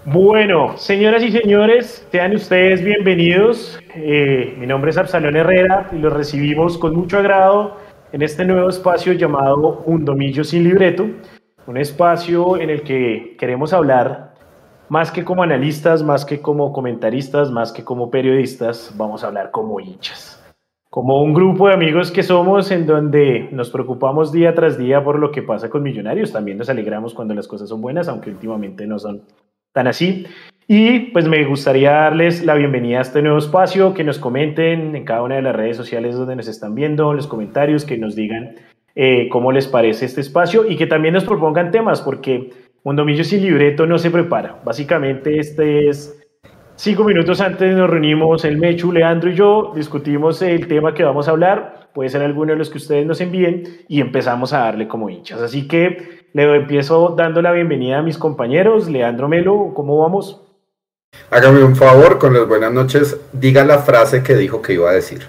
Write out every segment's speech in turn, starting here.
Bueno, señoras y señores, sean ustedes bienvenidos. Mi nombre es Absalón Herrera y los recibimos con mucho agrado en este nuevo espacio llamado Mundomillo sin libreto, un espacio en el que queremos hablar más que como analistas, más que como comentaristas, más que como periodistas, vamos a hablar como hinchas. Como un grupo de amigos que somos en donde nos preocupamos día tras día por lo que pasa con Millonarios, también nos alegramos cuando las cosas son buenas, aunque últimamente no son tan así. Y pues me gustaría darles la bienvenida a este nuevo espacio, que nos comenten en cada una de las redes sociales donde nos están viendo, en los comentarios, que nos digan cómo les parece este espacio y que también nos propongan temas, porque Mundomillo sin libreto no se prepara. Básicamente este es 5 minutos antes nos reunimos el Mechu, Leandro y yo, discutimos el tema que vamos a hablar, puede ser alguno de los que ustedes nos envíen y empezamos a darle como hinchas. Así que empiezo dando la bienvenida a mis compañeros. Leandro Melo, ¿cómo vamos? Hágame un favor, con las buenas noches, diga la frase que dijo que iba a decir.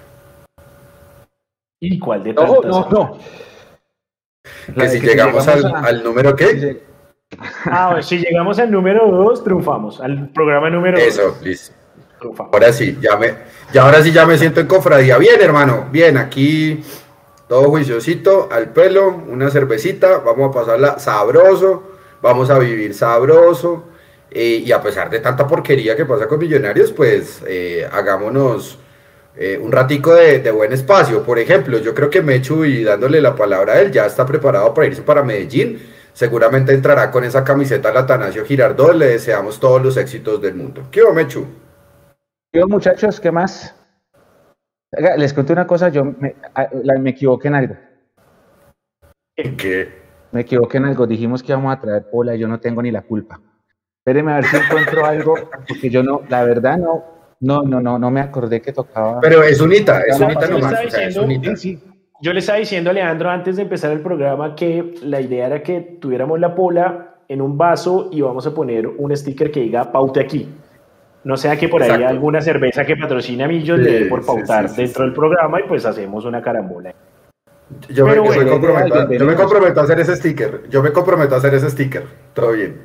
¿Y cuál de tantas? No. Que si llegamos al número ¿qué? Si llegamos al número 2, triunfamos. Al programa número 2. Eso, listo. Triunfamos. Ahora sí, ya me siento en cofradía. Bien, hermano, bien, aquí todo juiciosito, al pelo, una cervecita, vamos a pasarla sabroso, vamos a vivir sabroso. Y a pesar de tanta porquería que pasa con Millonarios, pues hagámonos un ratico de buen espacio. Por ejemplo, yo creo que Mechu, y dándole la palabra a él, ya está preparado para irse para Medellín. Seguramente entrará con esa camiseta al Atanasio Girardot. Le deseamos todos los éxitos del mundo. ¿Qué hubo, Mechu? ¿Qué hubo, muchachos? ¿Qué más? Les conté una cosa, yo me equivoqué en algo. ¿En qué? Me equivoqué en algo, dijimos que íbamos a traer pola y yo no tengo ni la culpa. Espérenme a ver si encuentro algo, porque yo no, la verdad no me acordé que tocaba. Pero es unita nomás. Yo le estaba diciendo a Leandro antes de empezar el programa que la idea era que tuviéramos la pola en un vaso y vamos a poner un sticker que diga paute aquí. No sea que por ahí haya alguna cerveza que patrocina a Millos le dé por pautar dentro del programa y pues hacemos una carambola. Yo me comprometo a hacer ese sticker. Todo bien.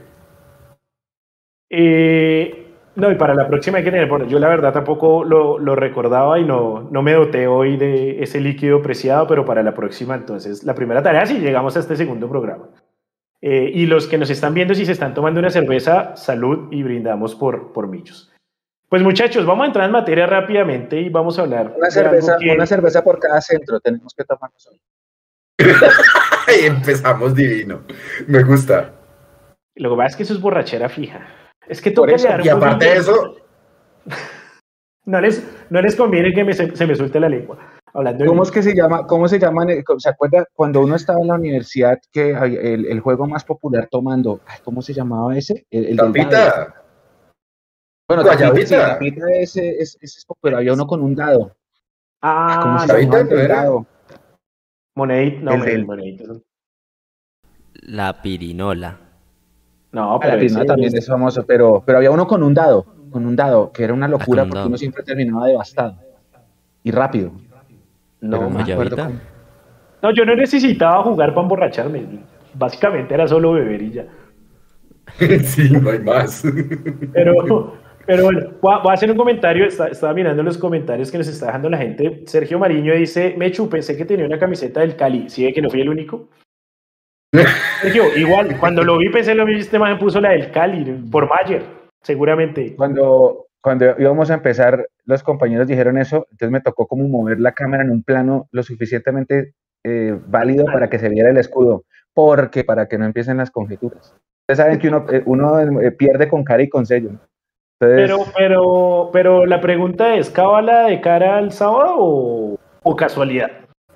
No, y para la próxima hay que tener, bueno, yo la verdad tampoco lo recordaba y no me doté hoy de ese líquido preciado, pero para la próxima, entonces, la primera tarea, si llegamos a este segundo programa. Y los que nos están viendo, si se están tomando una cerveza, salud y brindamos por Millos. Pues muchachos, vamos a entrar en materia rápidamente y vamos a hablar. Una cerveza por cada centro, tenemos que tomarnos hoy. Empezamos divino, me gusta. Lo que pasa es que eso es borrachera fija. Es que toca eso, y aparte de eso, no les conviene que se me suelte la lengua. ¿Cómo se llaman? ¿Se acuerda cuando uno estaba en la universidad que el juego más popular tomando? ¿Cómo se llamaba ese? El tapita. Bueno, tapita ese es popular. Había uno con un dado. ¿Cómo se llamaba el dado? Monedito. La pirinola. No, pero la pirinola también es famoso, pero había uno con un dado, que era una locura porque uno siempre terminaba devastado y rápido. No me acuerdo cómo. No, yo no necesitaba jugar para emborracharme. Básicamente era solo beber y ya. Sí, no hay más. Pero bueno, voy a hacer un comentario. Estaba mirando los comentarios que nos está dejando la gente. Sergio Mariño dice: Mechu, pensé que tenía una camiseta del Cali. ¿Sí ve que no fui el único? Sergio, igual, cuando lo vi pensé lo mismo, este man puso la del Cali, por Mayer, seguramente. Cuando íbamos a empezar, los compañeros dijeron eso, entonces me tocó como mover la cámara en un plano lo suficientemente válido para que se viera el escudo, porque para que no empiecen las conjeturas. Ustedes saben que uno pierde con cara y con sello. Entonces... Pero la pregunta es, ¿cábala de cara al sábado o casualidad?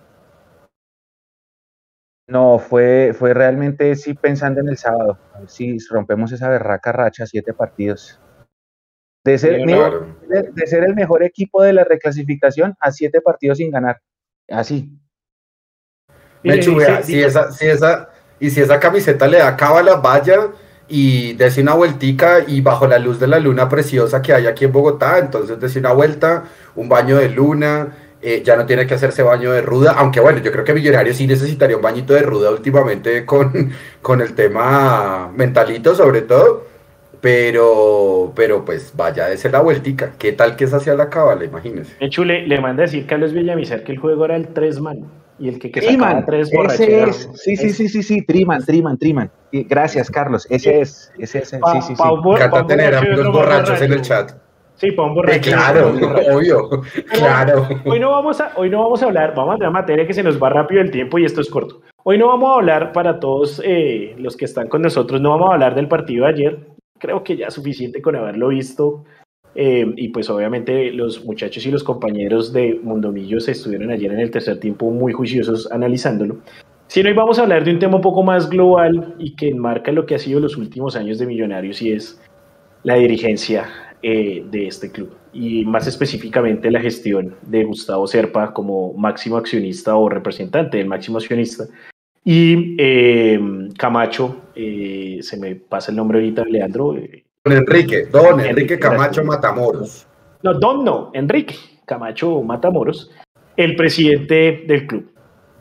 No, fue realmente sí pensando en el sábado, a ver si rompemos esa berraca racha, 7 partidos. De ser el mejor equipo de la reclasificación a 7 partidos sin ganar. Así. Mechu, vea, si esa camiseta le da cábala, vaya y dese una vueltica y bajo la luz de la luna preciosa que hay aquí en Bogotá, entonces dese una vuelta, un baño de luna. Ya no tiene que hacerse baño de ruda, aunque bueno, yo creo que Millonarios sí necesitaría un bañito de ruda últimamente con el tema mentalito sobre todo, pero pues vaya, ese la vueltica. ¿Qué tal que esa sea la cábala? Imagínese. De hecho, le manda a decir Carlos Villamizar que el juego era el 3-man. Y el que Triman, sacaba 3 ese borracheras. es. Sí, Triman. Gracias, Carlos. Ese es. Sí. Cata tener amigos borrachos en el chat. Sí, para un borracho. Claro, obvio. Claro. Hoy no vamos a hablar, vamos a entrar en materia que se nos va rápido el tiempo y esto es corto. Hoy no vamos a hablar para todos los que están con nosotros, no vamos a hablar del partido de ayer. Creo que ya es suficiente con haberlo visto. Y pues obviamente los muchachos y los compañeros de Mundomillos estuvieron ayer en el tercer tiempo muy juiciosos analizándolo. Si no, hoy vamos a hablar de un tema un poco más global y que enmarca lo que ha sido los últimos años de Millonarios y es la dirigencia de este club y más específicamente la gestión de Gustavo Serpa como máximo accionista o representante del máximo accionista y Camacho, se me pasa el nombre ahorita, Leandro. Don Enrique Camacho Matamoros. No, Enrique Camacho Matamoros, el presidente del club.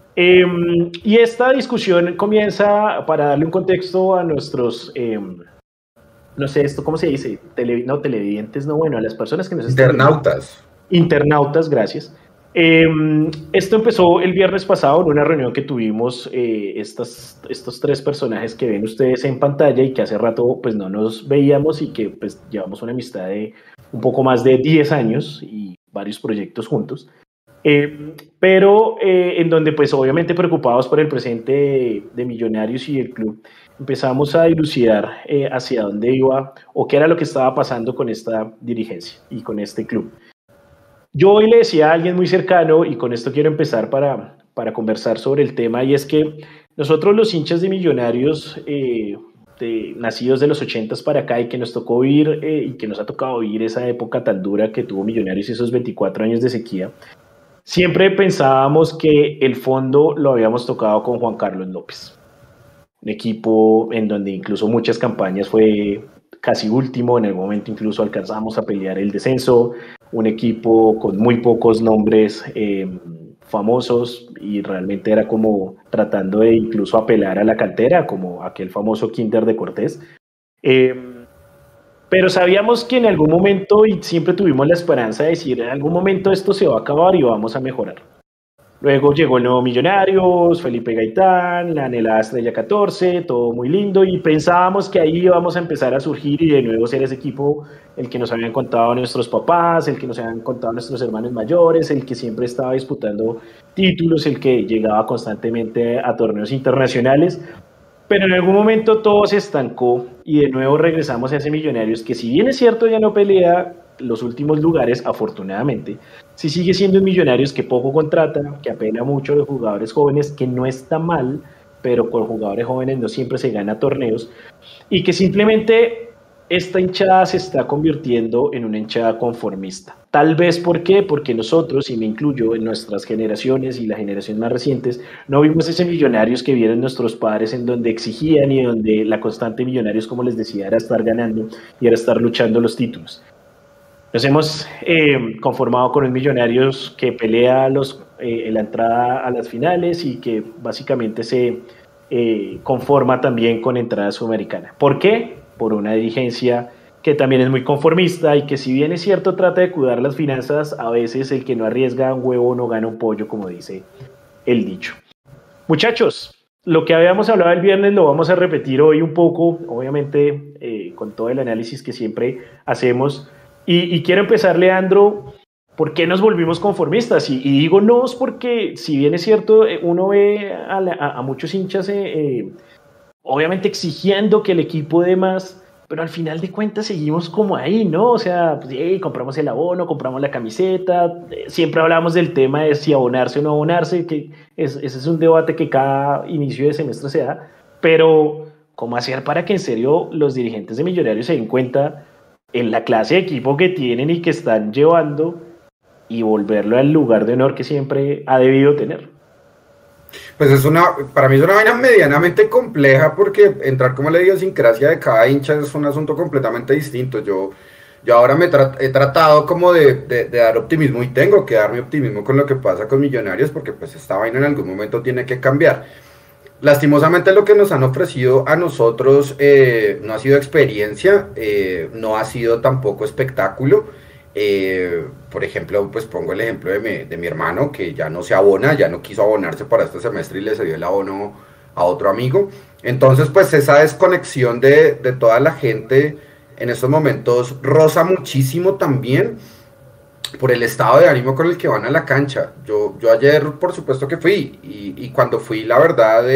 Y esta discusión comienza, para darle un contexto a nuestros, no sé, esto, ¿cómo se dice? Televidentes, no, bueno, a las personas que nos están... Internautas, gracias. Esto empezó el viernes pasado en una reunión que tuvimos estos 3 personajes que ven ustedes en pantalla y que hace rato pues no nos veíamos y que pues llevamos una amistad de un poco más de 10 años y varios proyectos juntos, pero en donde pues obviamente preocupados por el presente de Millonarios y el club empezamos a dilucidar hacia dónde iba o qué era lo que estaba pasando con esta dirigencia y con este club. Yo hoy le decía a alguien muy cercano, y con esto quiero empezar para conversar sobre el tema, y es que nosotros los hinchas de Millonarios, nacidos de los 80s para acá, y que nos tocó vivir, y que nos ha tocado vivir esa época tan dura que tuvo Millonarios, esos 24 años de sequía, siempre pensábamos que el fondo lo habíamos tocado con Juan Carlos López. Un equipo en donde incluso muchas campañas fue casi último, en el momento incluso alcanzamos a pelear el descenso, un equipo con muy pocos nombres famosos y realmente era como tratando de incluso apelar a la cantera, como aquel famoso Kinder de Cortés. Pero sabíamos que en algún momento, y siempre tuvimos la esperanza de decir, en algún momento esto se va a acabar y vamos a mejorar. Luego llegó el nuevo Millonarios, Felipe Gaitán, la anhelada Estrella 14, todo muy lindo, y pensábamos que ahí íbamos a empezar a surgir y de nuevo ser ese equipo, el que nos habían contado nuestros papás, el que nos habían contado nuestros hermanos mayores, el que siempre estaba disputando títulos, el que llegaba constantemente a torneos internacionales, pero en algún momento todo se estancó y de nuevo regresamos a ese Millonarios que, si bien es cierto ya no pelea los últimos lugares, afortunadamente, sí sigue siendo un Millonarios que poco contrata, que apela mucho a los jugadores jóvenes, que no está mal, pero con jugadores jóvenes no siempre se gana torneos, y que simplemente esta hinchada se está convirtiendo en una hinchada conformista. Tal vez, ¿por qué? Porque nosotros, y me incluyo en nuestras generaciones y las generaciones más recientes, no vimos ese Millonarios que vieron nuestros padres, en donde exigían y donde la constante Millonarios, como les decía, era estar ganando y era estar luchando los títulos. Nos hemos conformado con un Millonarios que pelea la entrada a las finales y que básicamente se conforma también con entrada sudamericana. ¿Por qué? Por una dirigencia que también es muy conformista y que, si bien es cierto, trata de cuidar las finanzas, a veces el que no arriesga un huevo no gana un pollo, como dice el dicho. Muchachos, lo que habíamos hablado el viernes lo vamos a repetir hoy un poco, obviamente con todo el análisis que siempre hacemos. Y quiero empezar, Leandro, ¿por qué nos volvimos conformistas? Y digo nos porque, si bien es cierto, uno ve a muchos hinchas obviamente exigiendo que el equipo dé más, pero al final de cuentas seguimos como ahí, ¿no? O sea, pues, compramos el abono, compramos la camiseta, siempre hablamos del tema de si abonarse o no abonarse, que ese es un debate que cada inicio de semestre se da, pero ¿cómo hacer para que en serio los dirigentes de Millonarios se den cuenta en la clase de equipo que tienen y que están llevando y volverlo al lugar de honor que siempre ha debido tener? Pues para mí es una vaina medianamente compleja, porque entrar como la idiosincrasia de cada hincha es un asunto completamente distinto. Yo ahora he tratado como de dar optimismo, y tengo que dar mi optimismo con lo que pasa con Millonarios, porque pues esta vaina en algún momento tiene que cambiar. Lastimosamente lo que nos han ofrecido a nosotros no ha sido experiencia, no ha sido tampoco espectáculo. Por ejemplo, pues pongo el ejemplo de mi hermano que ya no se abona, ya no quiso abonarse para este semestre y le cedió el abono a otro amigo. Entonces, pues esa desconexión de toda la gente en estos momentos roza muchísimo también por el estado de ánimo con el que van a la cancha. Yo ayer, por supuesto que fui, y cuando fui, la verdad,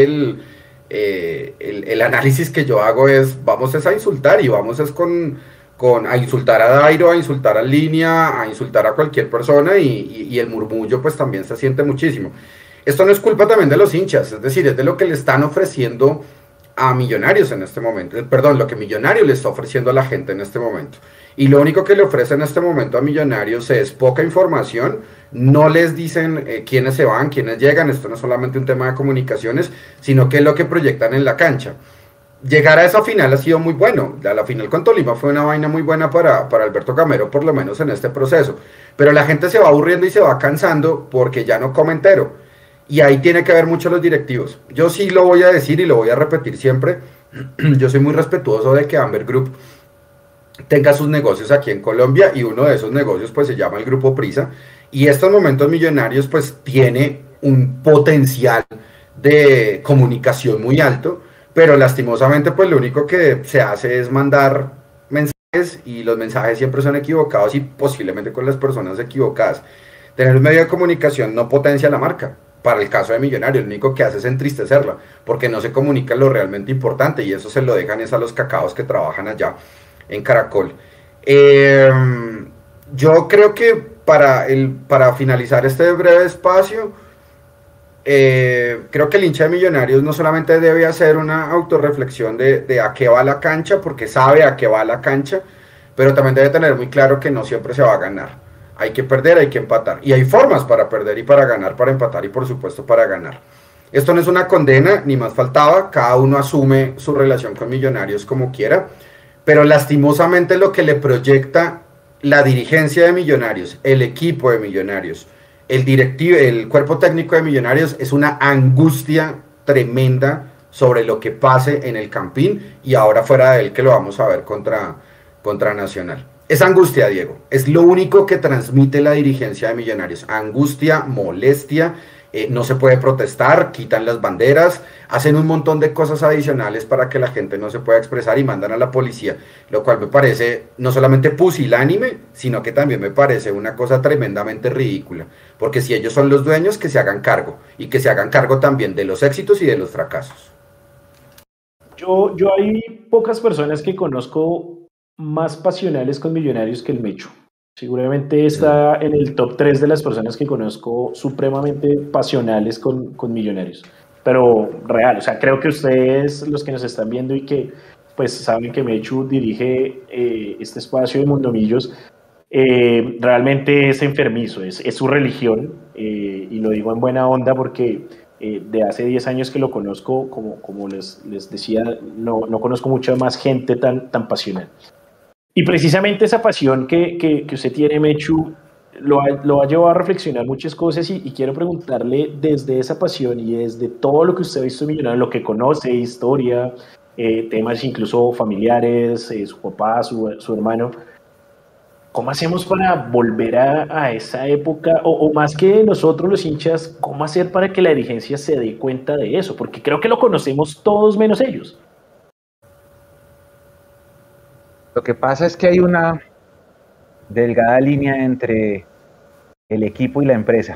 el análisis que yo hago es, vamos es a insultar, y vamos es a insultar a Dairo, a insultar a Línea, a insultar a cualquier persona, y el murmullo pues también se siente muchísimo. Esto no es culpa también de los hinchas, es decir, es de lo que le están ofreciendo a Millonarios en este momento, perdón, lo que Millonarios le está ofreciendo a la gente en este momento. Y lo único que le ofrece en este momento a Millonarios es poca información, no les dicen quiénes se van, quiénes llegan, esto no es solamente un tema de comunicaciones, sino que es lo que proyectan en la cancha. Llegar a esa final ha sido muy bueno, la final con Tolima fue una vaina muy buena para Alberto Gamero, por lo menos en este proceso, pero la gente se va aburriendo y se va cansando porque ya no come entero. Y ahí tiene que ver mucho los directivos. Yo sí lo voy a decir y lo voy a repetir siempre. Yo soy muy respetuoso de que Amber Group tenga sus negocios aquí en Colombia y uno de esos negocios pues se llama el Grupo Prisa. Y estos momentos Millonarios pues tiene un potencial de comunicación muy alto, pero lastimosamente pues lo único que se hace es mandar mensajes y los mensajes siempre son equivocados y posiblemente con las personas equivocadas. Tener un medio de comunicación no potencia la marca. Para el caso de Millonarios, lo único que hace es entristecerla, porque no se comunica lo realmente importante y eso se lo dejan es a los cacaos que trabajan allá en Caracol. Yo creo que para finalizar este breve espacio, creo que el hincha de Millonarios no solamente debe hacer una autorreflexión de a qué va la cancha, porque sabe a qué va la cancha, pero también debe tener muy claro que no siempre se va a ganar. Hay que perder, hay que empatar. Y hay formas para perder y para ganar, para empatar y por supuesto para ganar. Esto no es una condena, ni más faltaba. Cada uno asume su relación con Millonarios como quiera. Pero lastimosamente lo que le proyecta la dirigencia de Millonarios, el equipo de Millonarios, el directivo, el cuerpo técnico de Millonarios es una angustia tremenda sobre lo que pase en el Campín y ahora fuera de él que lo vamos a ver contra Nacional. Es angustia, Diego. Es lo único que transmite la dirigencia de Millonarios. Angustia, molestia, no se puede protestar, quitan las banderas, hacen un montón de cosas adicionales para que la gente no se pueda expresar y mandan a la policía, lo cual me parece no solamente pusilánime, sino que también me parece una cosa tremendamente ridícula. Porque si ellos son los dueños, que se hagan cargo y que se hagan cargo también de los éxitos y de los fracasos. Yo hay pocas personas que conozco más pasionales con Millonarios que el Mechu. Seguramente está en el top 3 de las personas que conozco supremamente pasionales con Millonarios. Pero real, o sea, creo que ustedes, los que nos están viendo y que pues saben que Mechu dirige este espacio de Mundomillos, realmente es enfermizo, es su religión, y lo digo en buena onda porque de hace 10 años que lo conozco, como les decía, no conozco mucha más gente tan pasional. Y precisamente esa pasión que usted tiene, Mechu, lo ha llevado a reflexionar muchas cosas y quiero preguntarle desde esa pasión y desde todo lo que usted ha visto Millonarios, lo que conoce, historia, temas incluso familiares, su papá, su hermano, ¿cómo hacemos para volver a esa época? O más que nosotros los hinchas, ¿cómo hacer para que la dirigencia se dé cuenta de eso? Porque creo que lo conocemos todos menos ellos. Lo que pasa es que hay una delgada línea entre el equipo y la empresa.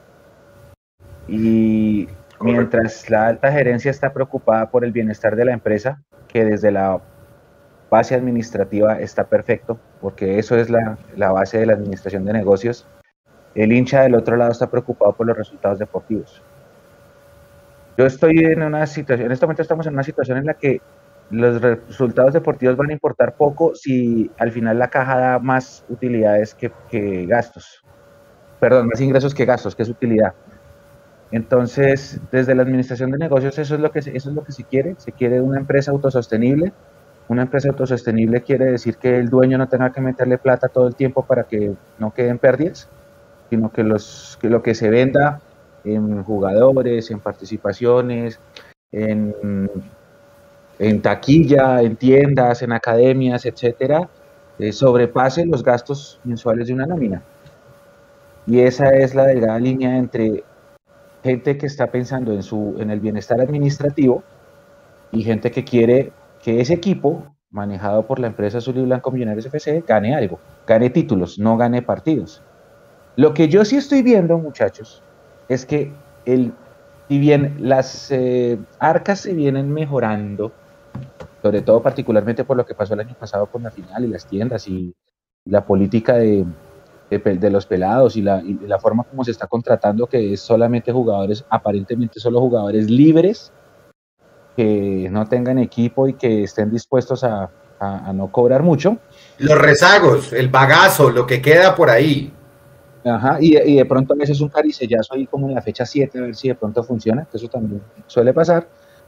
Y mientras la alta gerencia está preocupada por el bienestar de la empresa, que desde la base administrativa está perfecto, porque eso es la base de la administración de negocios, el hincha del otro lado está preocupado por los resultados deportivos. Yo estoy en una situación, en este momento estamos en una situación en la que los resultados deportivos van a importar poco si al final la caja da más utilidades que gastos. Perdón, más ingresos que gastos, que es utilidad. Entonces, desde la administración de negocios, eso es lo que se quiere. Se quiere una empresa autosostenible. Una empresa autosostenible quiere decir que el dueño no tenga que meterle plata todo el tiempo para que no queden pérdidas, sino que lo que se venda en jugadores, en participaciones, en taquilla, en tiendas, en academias, etcétera, sobrepase los gastos mensuales de una nómina. Y esa es la delgada línea entre gente que está pensando en el bienestar administrativo y gente que quiere que ese equipo, manejado por la empresa Azul y Blanco Millonarios FC, gane algo, gane títulos, no gane partidos. Lo que yo sí estoy viendo, muchachos, es que si bien las arcas se vienen mejorando, sobre todo particularmente por lo que pasó el año pasado con la final y las tiendas y la política de los pelados y la forma como se está contratando, que es solamente jugadores, aparentemente solo jugadores libres, que no tengan equipo y que estén dispuestos a no cobrar mucho. Los rezagos, el bagazo, lo que queda por ahí. Ajá, y de pronto a veces un caricellazo ahí como en la fecha 7, a ver si de pronto funciona, que eso también suele pasar.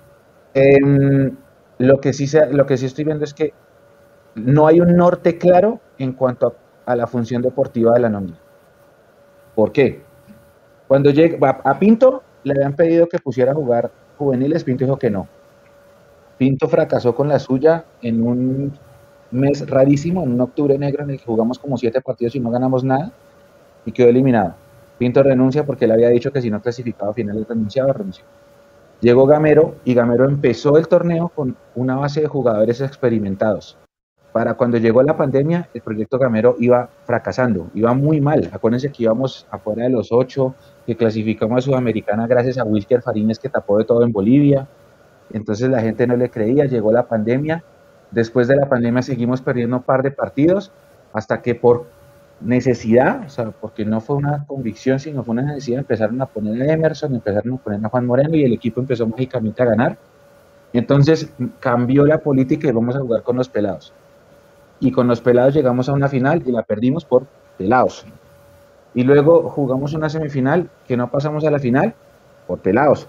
Lo que sí estoy viendo es que no hay un norte claro en cuanto a la función deportiva de la nómina. ¿Por qué? Cuando llega a Pinto le habían pedido que pusiera a jugar juveniles, Pinto dijo que no. Pinto fracasó con la suya en un mes rarísimo, en un octubre negro en el que jugamos como 7 partidos y no ganamos nada y quedó eliminado. Pinto renuncia porque él había dicho que si no clasificaba a finales renunció. Llegó Gamero y Gamero empezó el torneo con una base de jugadores experimentados. Para cuando llegó la pandemia, el proyecto Gamero iba fracasando, iba muy mal. Acuérdense que íbamos afuera de los 8, que clasificamos a Sudamericana gracias a Wilker Farines, que tapó de todo en Bolivia. Entonces la gente no le creía, llegó la pandemia. Después de la pandemia seguimos perdiendo un par de partidos, hasta que por necesidad, o sea, porque no fue una convicción, sino fue una necesidad, empezaron a poner a Emerson, empezaron a poner a Juan Moreno y el equipo empezó mágicamente a ganar. Entonces cambió la política y vamos a jugar con los pelados. Y con los pelados llegamos a una final y la perdimos por pelados. Y luego jugamos una semifinal que no pasamos a la final por pelados.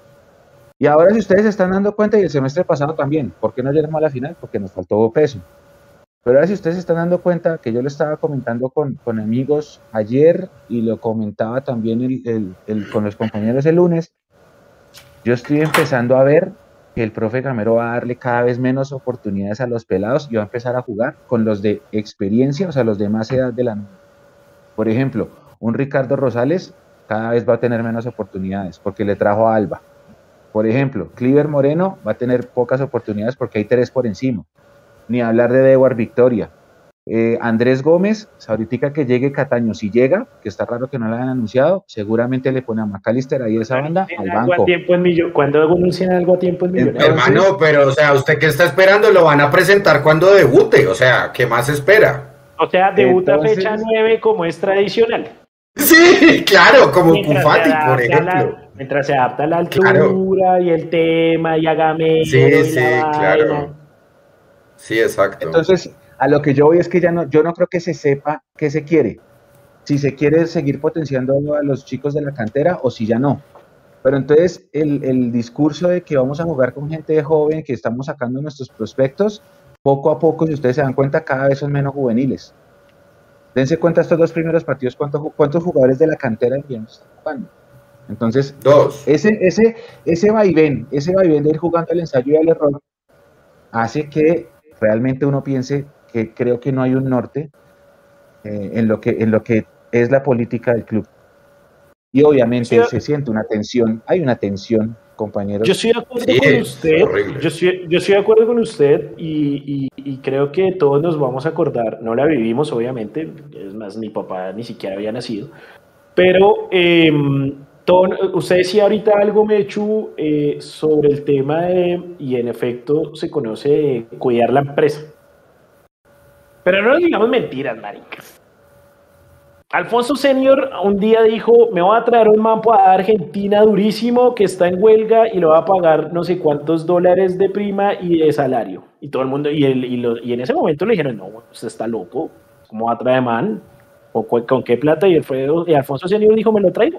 Y ahora si ustedes se están dando cuenta, y el semestre pasado también, ¿por qué no llegamos a la final? Porque nos faltó peso. Pero ahora si ustedes se están dando cuenta, que yo lo estaba comentando con amigos ayer y lo comentaba también con los compañeros el lunes, yo estoy empezando a ver que el profe Gamero va a darle cada vez menos oportunidades a los pelados y va a empezar a jugar con los de experiencia, o sea, los de más edad de la nómina. Por ejemplo, un Ricardo Rosales cada vez va a tener menos oportunidades porque le trajo a Alba. Por ejemplo, Cliver Moreno va a tener pocas oportunidades porque hay 3 por encima. Ni hablar de Dewar Victoria. Andrés Gómez, ahorita que llegue Cataño, si llega, que está raro que no lo hayan anunciado, seguramente le pone a McAllister ahí esa banda al banco. ¿Cuándo anuncian algo a tiempo en Millonarios? Hermano, pero o sea, ¿usted qué está esperando? Lo van a presentar cuando debute, o sea, ¿qué más espera? O sea, debuta fecha 9 como es tradicional. Sí, claro, como Cufati, por ejemplo. Mientras se adapta a la altura y el tema y a Gamero. Sí, claro. Sí, exacto. Entonces, a lo que yo voy es que yo no creo que se sepa qué se quiere. Si se quiere seguir potenciando a los chicos de la cantera o si ya no. Pero entonces el discurso de que vamos a jugar con gente joven, que estamos sacando nuestros prospectos, poco a poco, si ustedes se dan cuenta, cada vez son menos juveniles. Dense cuenta estos 2 primeros partidos, cuántos jugadores de la cantera están jugando. Entonces, 2. Ese vaivén de ir jugando al ensayo y al error hace que realmente uno piense que creo que no hay un norte en lo que es la política del club. Y obviamente se siente una tensión, hay una tensión, compañeros. Yo estoy de acuerdo con usted, yo estoy de acuerdo con usted y creo que todos nos vamos a acordar, no la vivimos obviamente, es más, mi papá ni siquiera había nacido, pero usted decía ahorita algo, Mechu, sobre el tema y en efecto se conoce de cuidar la empresa. Pero no digamos mentiras, maricas. Alfonso Senior un día dijo, me voy a traer un man a Argentina durísimo que está en huelga y lo va a pagar no sé cuántos $, de prima y de salario. Y todo el mundo, y en ese momento le dijeron, no, usted está loco, ¿cómo va a traer man? ¿Con qué plata? Y Alfonso Senior dijo, me lo traigo.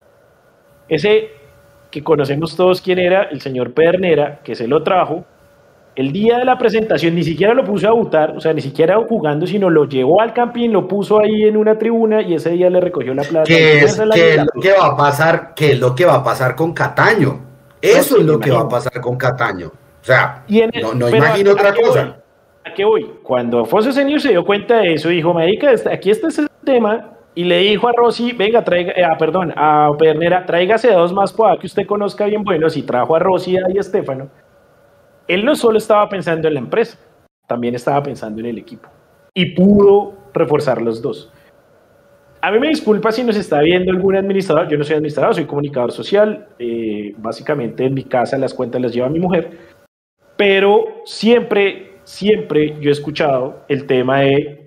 Ese que conocemos todos quién era, el señor Pedernera, que se lo trajo, el día de la presentación ni siquiera lo puso a debutar, o sea, ni siquiera jugando, sino lo llevó al campín, lo puso ahí en una tribuna y ese día le recogió la plata. ¿Qué es lo que va a pasar con Cataño? Eso es lo que va a pasar con Cataño. O sea, no imagino otra cosa. ¿A qué voy? Cuando Afonso Senior se dio cuenta de eso, dijo, marica, aquí está ese tema, y le dijo a Rossi, venga, a Pernera, tráigase 2 más para que usted conozca bien buenos, y trajo a Rossi y a Estefano. Él no solo estaba pensando en la empresa, también estaba pensando en el equipo, y pudo reforzar los dos. A mí me disculpa si nos está viendo algún administrador, yo no soy administrador, soy comunicador social, básicamente en mi casa las cuentas las lleva mi mujer, pero siempre yo he escuchado el tema de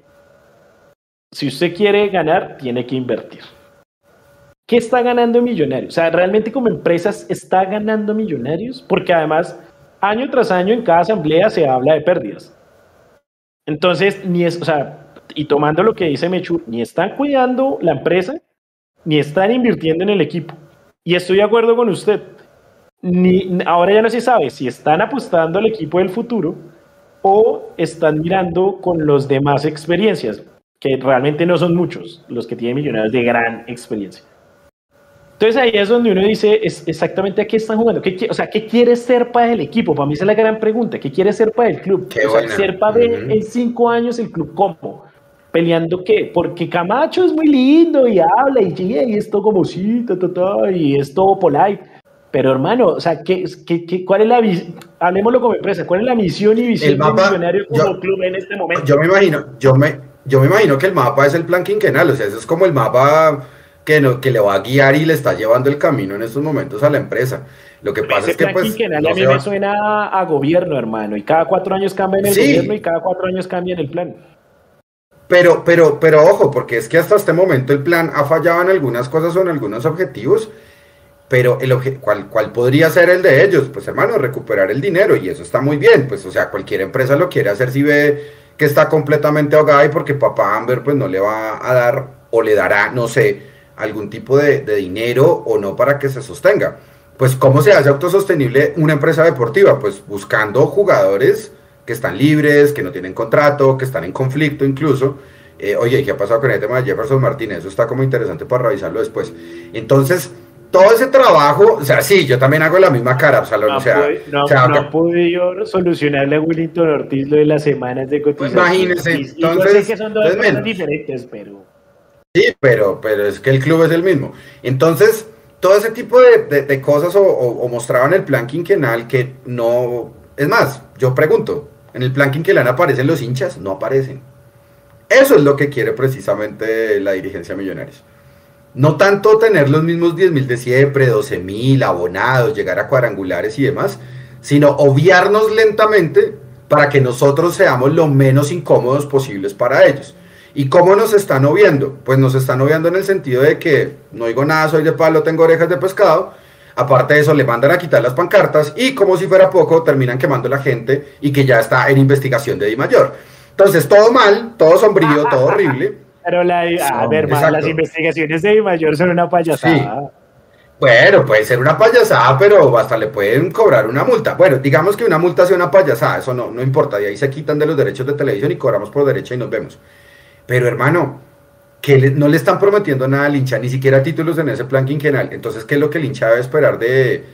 si usted quiere ganar, tiene que invertir. ¿Qué está ganando Millonarios? O sea, ¿realmente como empresas está ganando Millonarios? Porque además, año tras año en cada asamblea se habla de pérdidas. Entonces, y tomando lo que dice Mechu, ni están cuidando la empresa, ni están invirtiendo en el equipo. Y estoy de acuerdo con usted. Ahora ya no se sabe si están apostando al equipo del futuro o están mirando con los demás experiencias, que realmente no son muchos los que tienen Millonarios de gran experiencia. Entonces ahí es donde uno dice exactamente a qué están jugando. ¿Qué quiere ser para el equipo? Para mí esa es la gran pregunta. ¿Qué quiere ser para el club? Ser para ver en 5 años el club cómo. ¿Peleando qué? Porque Camacho es muy lindo y habla y es todo como sí, y es todo polite. Pero hermano, o sea, ¿cuál es la visión? Hablemoslo como empresa. ¿Cuál es la misión y visión de Millonarios como club en este momento? Yo me imagino que el mapa es el plan quinquenal. O sea, eso es como el mapa que le va a guiar y le está llevando el camino en estos momentos a la empresa. Lo que pasa es que pues quinquenal a mí me suena a gobierno, hermano, y cada 4 años cambian el gobierno y cada 4 años cambian el plan. Pero ojo, porque es que hasta este momento el plan ha fallado en algunas cosas o en algunos objetivos, pero ¿cuál podría ser el de ellos? Pues hermano, recuperar el dinero, y eso está muy bien, pues o sea, cualquier empresa lo quiere hacer si ve que está completamente ahogada y porque papá Amber pues no le va a dar o le dará, no sé, algún tipo de dinero o no para que se sostenga. Pues ¿cómo se hace autosostenible una empresa deportiva? Pues buscando jugadores que están libres, que no tienen contrato, que están en conflicto incluso. Oye, ¿qué ha pasado con el tema de Jefferson Martínez? Eso está como interesante para revisarlo después. Entonces, todo ese trabajo, o sea, sí, yo también hago la misma cara, Absalón, no he podido solucionarle a Willington Ortiz lo de las semanas de cotización. Imagínese, entonces, yo sé que son 2 cosas diferentes, pero... Sí, pero es que el club es el mismo. Entonces, todo ese tipo de cosas o mostraban el plan quinquenal que no... Es más, yo pregunto, ¿en el plan quinquenal aparecen los hinchas? No aparecen. Eso es lo que quiere precisamente la dirigencia Millonarios. No tanto tener los mismos 10.000 de siempre, 12.000 abonados, llegar a cuadrangulares y demás, sino obviarnos lentamente para que nosotros seamos lo menos incómodos posibles para ellos. ¿Y cómo nos están obviando? Pues nos están obviando en el sentido de que no digo nada, soy de palo, tengo orejas de pescado. Aparte de eso, le mandan a quitar las pancartas y como si fuera poco, terminan quemando la gente y que ya está en investigación de Dimayor. Entonces, todo mal, todo sombrío, todo horrible. Pero las investigaciones de Dimayor son una payasada. Sí. Bueno, puede ser una payasada, pero hasta le pueden cobrar una multa. Bueno, digamos que una multa sea una payasada, eso no importa. De ahí se quitan de los derechos de televisión y cobramos por derecha y nos vemos. Pero hermano, que no le están prometiendo nada al hincha, ni siquiera títulos en ese plan quinquenal. Entonces, ¿qué es lo que el hincha debe esperar de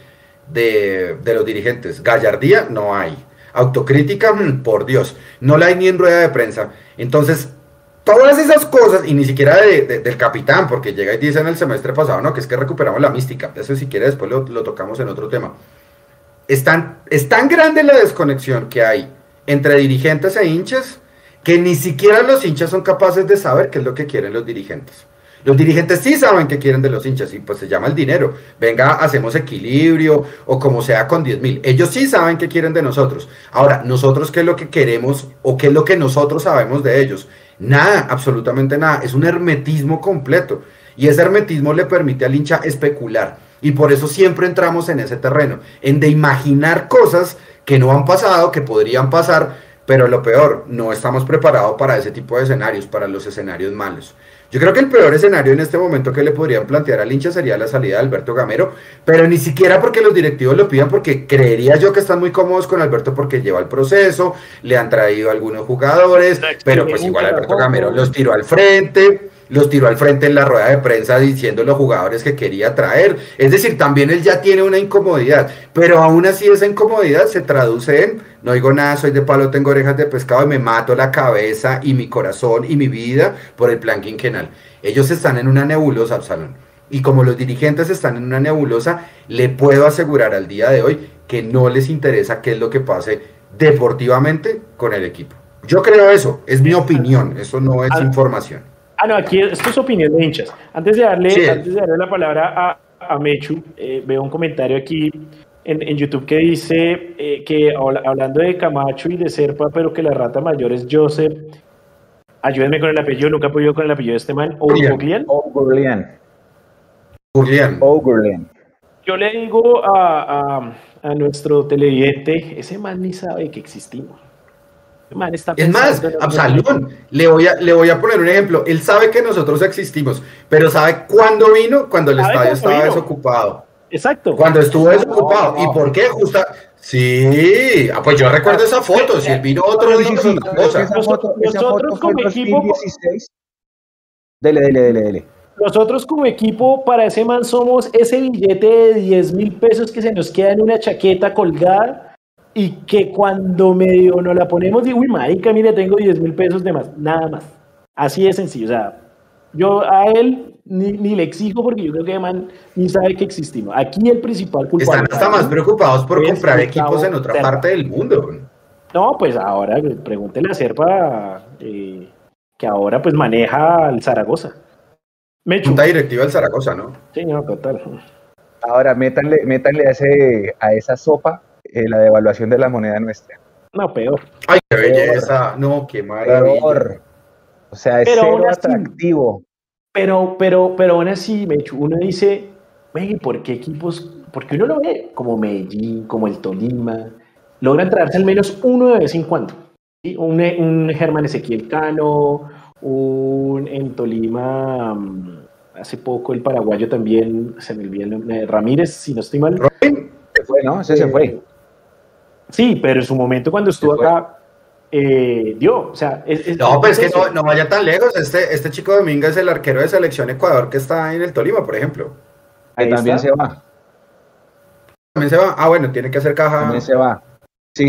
los dirigentes? Gallardía, no hay. Autocrítica, por Dios, no la hay ni en rueda de prensa. Entonces, todas esas cosas, y ni siquiera del capitán, porque llega y dice en el semestre pasado, no, que es que recuperamos la mística. Eso si quiere después lo tocamos en otro tema. Es tan grande la desconexión que hay entre dirigentes e hinchas, que ni siquiera los hinchas son capaces de saber qué es lo que quieren los dirigentes. Los dirigentes sí saben qué quieren de los hinchas y pues se llama el dinero. Venga, hacemos equilibrio o como sea con 10.000. Ellos sí saben qué quieren de nosotros. Ahora, nosotros qué es lo que queremos o qué es lo que nosotros sabemos de ellos. Nada, absolutamente nada. Es un hermetismo completo y ese hermetismo le permite al hincha especular y por eso siempre entramos en ese terreno, en de imaginar cosas que no han pasado, que podrían pasar. Pero lo peor, no estamos preparados para ese tipo de escenarios, para los escenarios malos. Yo creo que el peor escenario en este momento que le podrían plantear al hincha sería la salida de Alberto Gamero, pero ni siquiera porque los directivos lo pidan, porque creería yo que están muy cómodos con Alberto porque lleva el proceso, le han traído algunos jugadores, pero pues igual Alberto Gamero los tiró al frente. los tiró al frente en la rueda de prensa diciendo los jugadores que quería traer. Es decir, también él ya tiene una incomodidad, pero aún así esa incomodidad se traduce en, no digo nada, soy de palo, tengo orejas de pescado y me mato la cabeza y mi corazón y mi vida por el plan quinquenal. Ellos están en una nebulosa, Absalón. Y como los dirigentes están en una nebulosa, le puedo asegurar al día de hoy que no les interesa qué es lo que pase deportivamente con el equipo. Yo creo eso, es mi opinión, eso no es información. No, aquí esto es opinión de hinchas. Antes de darle la palabra a Mechu, veo un comentario aquí en YouTube que dice que hablando de Camacho y de Serpa, pero que la rata mayor es Joseph. Ayúdenme con el apellido, nunca he podido con el apellido de este man. O'Gurlian. Yo le digo a nuestro televidente, ese man ni sabe que existimos. Man está es más, Absalón, le voy a poner un ejemplo. Él sabe que nosotros existimos, pero ¿sabe cuándo vino? Cuando el estadio estaba desocupado. Exacto. Cuando estuvo desocupado. ¿Y por qué? Sí, pues yo recuerdo esa foto. Si él vino otro día, esa foto como equipo. 2016. Dele. Nosotros como equipo, para ese man somos ese billete de 10,000 pesos que se nos queda en una chaqueta colgada y que cuando medio nos la ponemos digo, uy, marica, mire, tengo 10,000 pesos de más, nada más. Así de sencillo, o sea, yo a él ni le exijo porque yo creo que man ni sabe que existimos. Aquí el principal culpable. Están hasta más preocupados por comprar equipos en otra parte del mundo. No, pues ahora pregúntele a Serpa que ahora pues maneja el Zaragoza. Junta directiva del Zaragoza, ¿no? Sí, no, total. Ahora métanle a esa sopa la devaluación de la moneda nuestra. No, peor. Ay, qué belleza. No, qué maravilla. Peor. O sea, es cero atractivo. Pero aún así, uno dice, ¿por qué equipos? Porque uno lo ve como Medellín, como el Tolima, logran traerse al menos uno de vez en cuando. ¿Sí? Un Germán Ezequiel Cano, en Tolima, hace poco el paraguayo también, se me olvidó el nombre, Ramírez, si no estoy mal. ¿Robin? Se fue, ¿no? Ese se fue. Sí, pero en su momento cuando estuvo acá, dio, o sea... No, pues es que no vaya tan lejos, este chico Dominga es el arquero de Selección Ecuador que está en el Tolima, por ejemplo. Ahí también se va. También se va, bueno, tiene que hacer caja. También se va. Sí.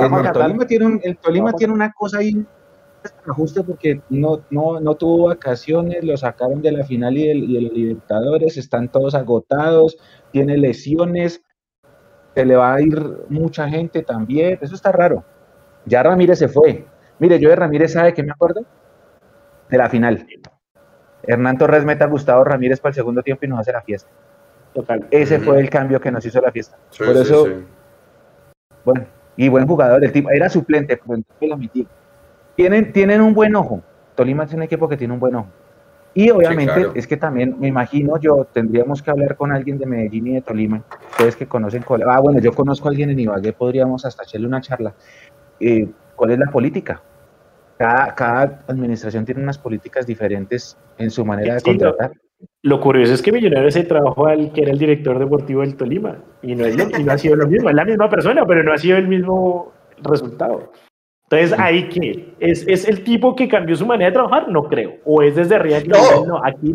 El Tolima tiene una cosa ahí, ajuste porque no tuvo vacaciones, lo sacaron de la final y el Libertadores, están todos agotados, tiene lesiones, se le va a ir mucha gente también, eso está raro. Ya Ramírez se fue. Mire, yo de Ramírez, ¿sabe qué me acuerdo? De la final. Hernán Torres mete a Gustavo Ramírez para el segundo tiempo y nos hace la fiesta. Total. Ese fue el cambio que nos hizo la fiesta. Sí, por eso, bueno, y buen jugador, el tipo era suplente, pero entonces lo admití. Tienen un buen ojo. Tolima es un equipo que tiene un buen ojo. Y obviamente sí, claro. Es que también, me imagino yo, tendríamos que hablar con alguien de Medellín y de Tolima, ustedes que conocen, bueno, yo conozco a alguien en Ibagué, podríamos hasta echarle una charla. ¿Cuál es la política? Cada administración tiene unas políticas diferentes en su manera de contratar. Lo curioso es que Millonarios se trabajó al que era el director deportivo del Tolima, y no ha sido lo mismo, es la misma persona, pero no ha sido el mismo resultado. Entonces, ¿ahí qué? ¿Es el tipo que cambió su manera de trabajar? No creo. ¿O es desde arriba? No, aquí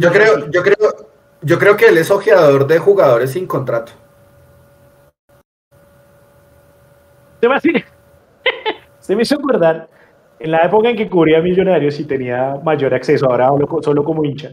yo creo que él es ojeador de jugadores sin contrato. Se me hizo acordar, en la época en que cubría Millonarios y tenía mayor acceso, ahora hablo solo como hincha,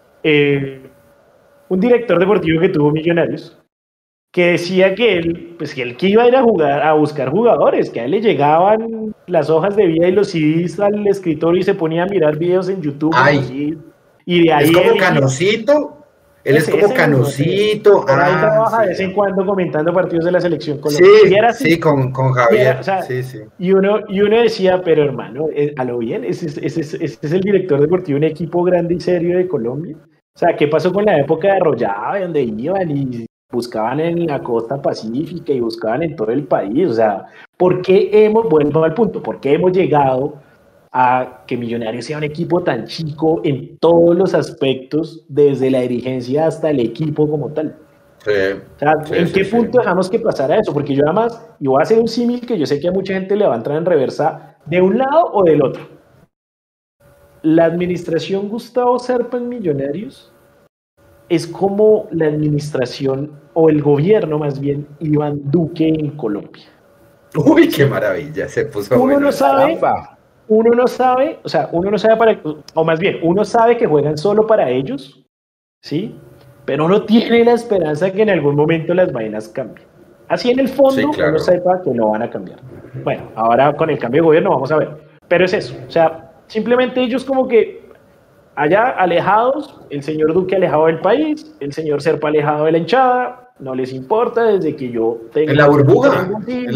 un director deportivo que tuvo Millonarios, que decía que él que iba a ir a buscar jugadores, que a él le llegaban las hojas de vida y los CDs al escritorio y se ponía a mirar videos en YouTube. Y de ahí es como Canocito. Él es como Canocito. Ahí trabaja de vez en cuando comentando partidos de la selección colombiana. Sí, con Javier. Sí. Y uno decía, pero hermano, a lo bien, ese es el director deportivo de un equipo grande y serio de Colombia. O sea, ¿qué pasó con la época de Arroyave, donde iban y buscaban en la costa pacífica y buscaban en todo el país? O sea, vuelvo al punto, ¿por qué hemos llegado a que Millonarios sea un equipo tan chico en todos los aspectos, desde la dirigencia hasta el equipo como tal? Sí, o sea, ¿en qué punto dejamos que pasara eso? Porque yo además, y voy a hacer un símil que yo sé que a mucha gente le va a entrar en reversa de un lado o del otro. la administración Gustavo Serpa en Millonarios es como la administración, o el gobierno más bien, Iván Duque en Colombia. Uy, qué maravilla, se puso Uno bueno. no sabe, o sea, uno no sabe o más bien, uno sabe que juegan solo para ellos, ¿sí? Pero uno tiene la esperanza que en algún momento las vainas cambien. Así en el fondo Sí, claro. uno sepa que no van a cambiar. Bueno, ahora con el cambio de gobierno vamos a ver. Pero es eso, o sea, simplemente ellos como que allá alejados, el señor Duque alejado del país, el señor Serpa alejado de la hinchada, no les importa desde que yo tengo... En la burbuja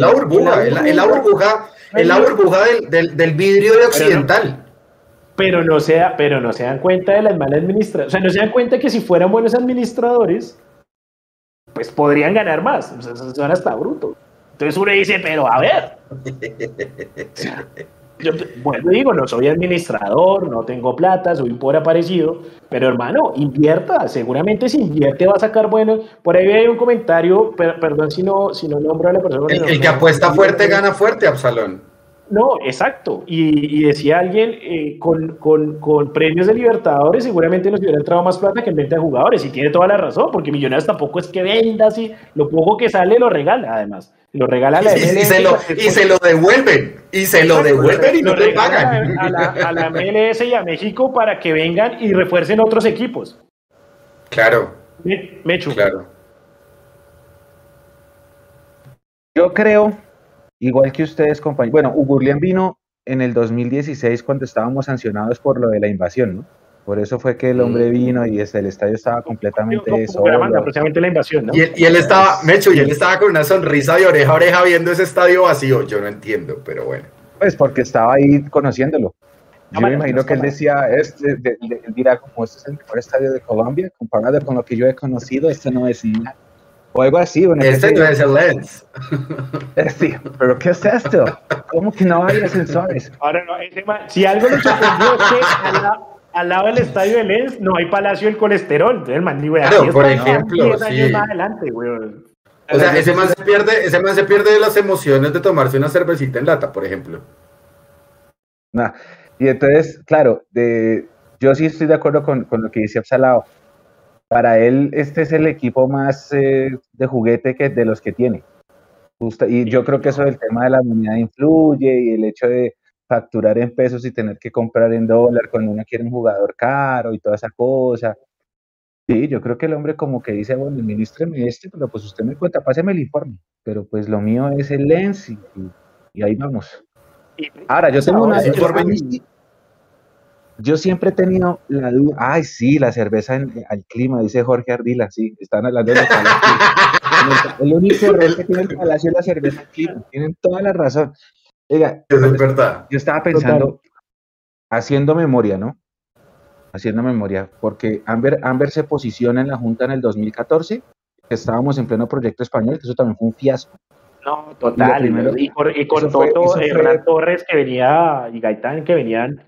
del vidrio de Occidental. Pero no se dan cuenta de las malas administraciones, o sea, no se dan cuenta que si fueran buenos administradores, pues podrían ganar más, o sea, son hasta brutos. Entonces uno dice, pero a ver, yo digo, no soy administrador, no tengo plata, soy un pobre aparecido, pero hermano, invierta, seguramente si invierte va a sacar bueno. Por ahí hay un comentario, perdón si no nombro a la persona. El que apuesta fuerte gana fuerte, Absalón. No, exacto. Y decía alguien, con premios de Libertadores seguramente nos hubiera entrado más plata que en venta de jugadores. Y tiene toda la razón, porque Millonarios tampoco es que venda así. Lo poco que sale lo regala, además. Lo regala a la MLS. Y se lo devuelven. Y se lo devuelven y no le pagan. A la MLS y a México para que vengan y refuercen otros equipos. Claro. Mechu. Claro. Yo creo, igual que ustedes, compañeros. Bueno, Ugurlian vino en el 2016 cuando estábamos sancionados por lo de la invasión, ¿no? Por eso fue que el hombre vino y el estadio estaba completamente solo. Precisamente la invasión, ¿no? Y él estaba, Mecho, y él estaba con una sonrisa de oreja a oreja viendo ese estadio vacío. Yo no entiendo, pero bueno. Pues porque estaba ahí conociéndolo. Yo me imagino que él decía, él dirá, como este es el mejor estadio de Colombia, comparado con lo que yo he conocido, este no es nada. O algo así. Bueno, este no es el Lens. Sí, pero ¿qué es esto? ¿Cómo que no hay ascensores? Ahora no, si algo lo sorprendió es que al lado del estadio de Lens no hay Palacio del Colesterol. Entonces el man, güey, claro, por ejemplo, 10 años más adelante, güey. O sea, ese man se pierde de las emociones de tomarse una cervecita en lata, por ejemplo. Nah. Y entonces, claro, yo sí estoy de acuerdo con lo que dice Absalao. Para él, este es el equipo más de juguete que de los que tiene. Y yo creo que eso del tema de la moneda influye, y el hecho de facturar en pesos y tener que comprar en dólar cuando uno quiere un jugador caro y toda esa cosa. Sí, yo creo que el hombre como que dice, bueno, administreme pero pues usted me cuenta, páseme el informe, pero pues lo mío es el Lens y ahí vamos. Ahora, yo tengo una... Yo siempre he tenido la duda. Ay, sí, la cerveza al clima, dice Jorge Ardila. Sí, están hablando de Palacio. El único error que tiene el Palacio es la cerveza al clima. Tienen toda la razón. Oiga, eso es verdad. Yo estaba pensando, haciendo memoria, ¿no? Haciendo memoria, porque Amber se posiciona en la Junta en el 2014. Estábamos en pleno proyecto español, que eso también fue un fiasco. No, total. Y con Toto, Hernán Torres que venía y Gaitán que venían.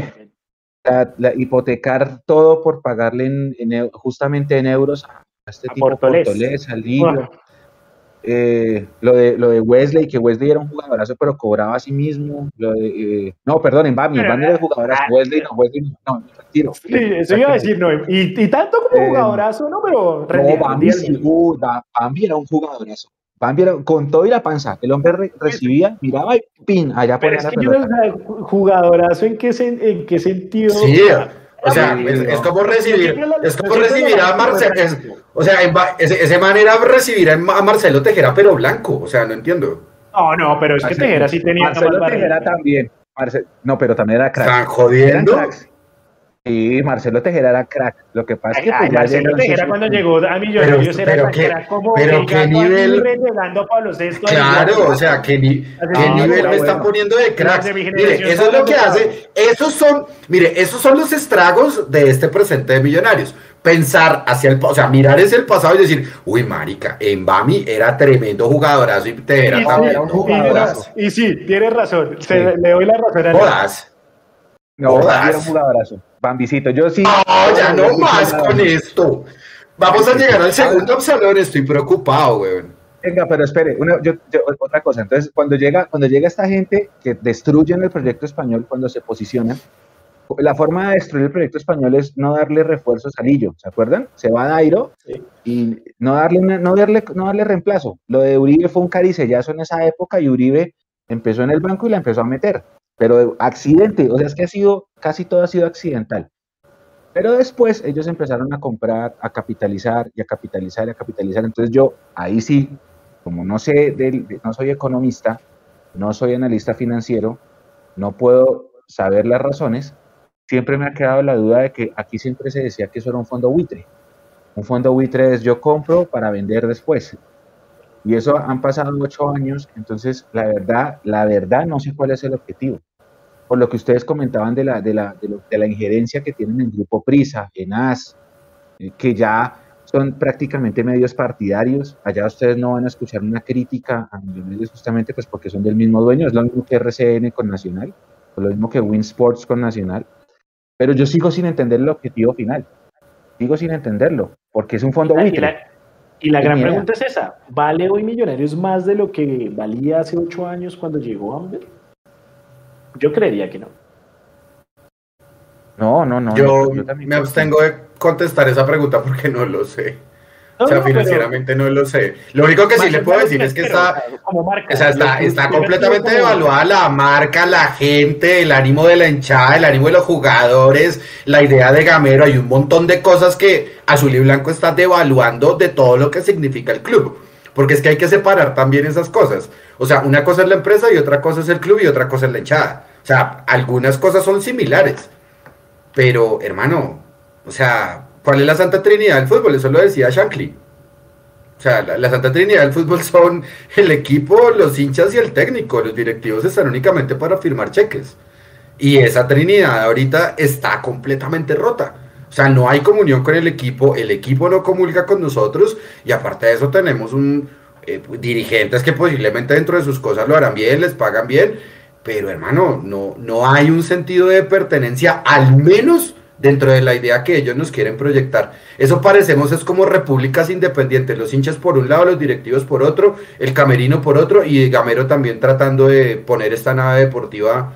Hipotecar todo por pagarle justamente en euros a este tipo de Portolés, al Lillo. Lo de Wesley, que Wesley era un jugadorazo, pero cobraba a sí mismo. En Bami era el jugadorazo. Wesley no, retiro. Sí, eso iba a decir, no. Y tanto como jugadorazo, ¿no? Pero Bami era un jugadorazo. Bambi era, con todo y la panza, el hombre recibía, miraba y ¡pin! Allá por la pelota. Yo no sé, jugadorazo, ¿en qué sentido? Sí, o sea, es como recibir a Marcelo. O sea, ese manera de recibir a Marcelo Tejera, pero blanco. O sea, no entiendo. No, pero es que Tejera sí tenía. Marcelo Tejera también. No, pero también era crack. ¿Están jodiendo? Sí, Marcelo Tejera era crack. Lo que pasa es que Marcelo Tejera cuando llegó a Millonarios era crack como qué nivel llegando a Pablo VI. Claro, o sea, qué nivel me están poniendo de cracks. Mire, eso es lo que hace. Esos son los estragos de este presente de Millonarios. Pensar mirar hacia el pasado y decir, uy, marica, Embami era tremendo jugadorazo y Tejera también era un jugadorazo. Y sí, tienes razón. Le doy la razón a Todas. Era un jugadorazo. Bambicito, yo sí. No, ya no más con esto. Vamos a llegar al segundo Absalón, estoy preocupado, weón. Venga, pero espere, otra cosa. Entonces, cuando llega esta gente que destruyen el proyecto español, cuando se posicionan, La forma de destruir el proyecto español es no darle refuerzos a Lillo, ¿se acuerdan? Se va Dairo y no darle reemplazo. Lo de Uribe fue un caricellazo en esa época y Uribe empezó en el banco y la empezó a meter. Pero accidente, o sea, es que casi todo ha sido accidental. Pero después ellos empezaron a comprar, a capitalizar y a capitalizar y a capitalizar. Entonces yo, ahí sí, como no soy economista, no soy analista financiero, no puedo saber las razones, siempre me ha quedado la duda de que aquí siempre se decía que eso era un fondo buitre. Un fondo buitre es yo compro para vender después. Y eso han pasado 8 años, entonces la verdad no sé cuál es el objetivo. Por lo que ustedes comentaban de la injerencia que tienen en Grupo Prisa, en AS, que ya son prácticamente medios partidarios. Allá ustedes no van a escuchar una crítica a Millonarios justamente pues porque son del mismo dueño, es lo mismo que RCN con Nacional, o lo mismo que Win Sports con Nacional. Pero yo sigo sin entender el objetivo final. Sigo sin entenderlo, porque es un fondo buitre. Y la gran pregunta es esa, ¿vale hoy Millonarios más de lo que valía hace 8 años cuando llegó Amber? Yo creería que no. No. Yo me abstengo de contestar esa pregunta porque no lo sé. O sea, financieramente no lo sé. Lo único que sí le puedo decir es que está completamente devaluada la marca, la gente, el ánimo de la hinchada, el ánimo de los jugadores, la idea de Gamero. Hay un montón de cosas que Azul y Blanco está devaluando de todo lo que significa el club. Porque es que hay que separar también esas cosas. O sea, una cosa es la empresa y otra cosa es el club y otra cosa es la hinchada. O sea, algunas cosas son similares. Pero, hermano, o sea, ¿cuál es la Santa Trinidad del fútbol? Eso lo decía Shankly. O sea, la Santa Trinidad del fútbol son el equipo, los hinchas y el técnico. Los directivos están únicamente para firmar cheques. Y esa Trinidad ahorita está completamente rota. O sea, no hay comunión con el equipo no comulga con nosotros y aparte de eso tenemos dirigentes que posiblemente dentro de sus cosas lo harán bien, les pagan bien, pero hermano, no hay un sentido de pertenencia, al menos dentro de la idea que ellos nos quieren proyectar. Eso parecemos es como repúblicas independientes, los hinchas por un lado, los directivos por otro, el camerino por otro y Gamero también tratando de poner esta nave deportiva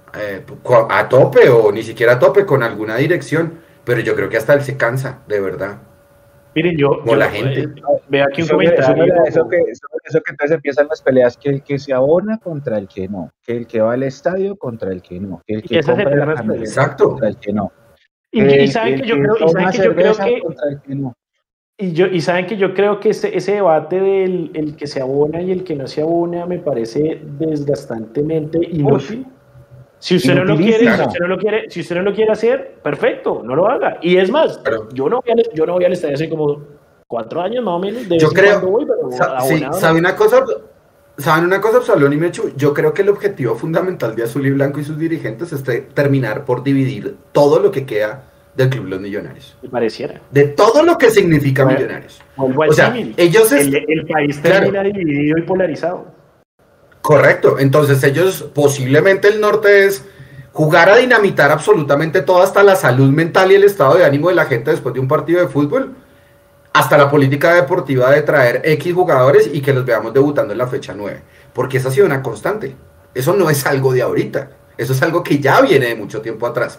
a tope o ni siquiera a tope con alguna dirección. Pero yo creo que hasta él se cansa, de verdad. Miren, la gente. Veo aquí un comentario. Eso que entonces empiezan las peleas, que el que se abona contra el que no, que el que va al estadio contra el que no, que el que compra la camiseta contra el que no. Y saben que yo creo que contra el que no. Y saben que yo creo que ese debate del el que se abona y el que no se abona me parece desgastantemente inútil. Si usted no lo quiere, si usted no lo quiere hacer, perfecto, no lo haga. Y es más, yo no voy al estadio hace como 4 años más o menos. Yo creo, ¿saben una cosa, Absalón y Mechu? Yo creo que el objetivo fundamental de Azul y Blanco y sus dirigentes es terminar por dividir todo lo que queda del Club Los Millonarios. Me pareciera. De todo lo que significa Millonarios. O sea, ellos el país termina dividido y polarizado. Correcto, entonces ellos posiblemente el norte es jugar a dinamitar absolutamente todo, hasta la salud mental y el estado de ánimo de la gente después de un partido de fútbol, hasta la política deportiva de traer X jugadores y que los veamos debutando en la fecha 9, porque esa ha sido una constante, eso no es algo de ahorita, eso es algo que ya viene de mucho tiempo atrás,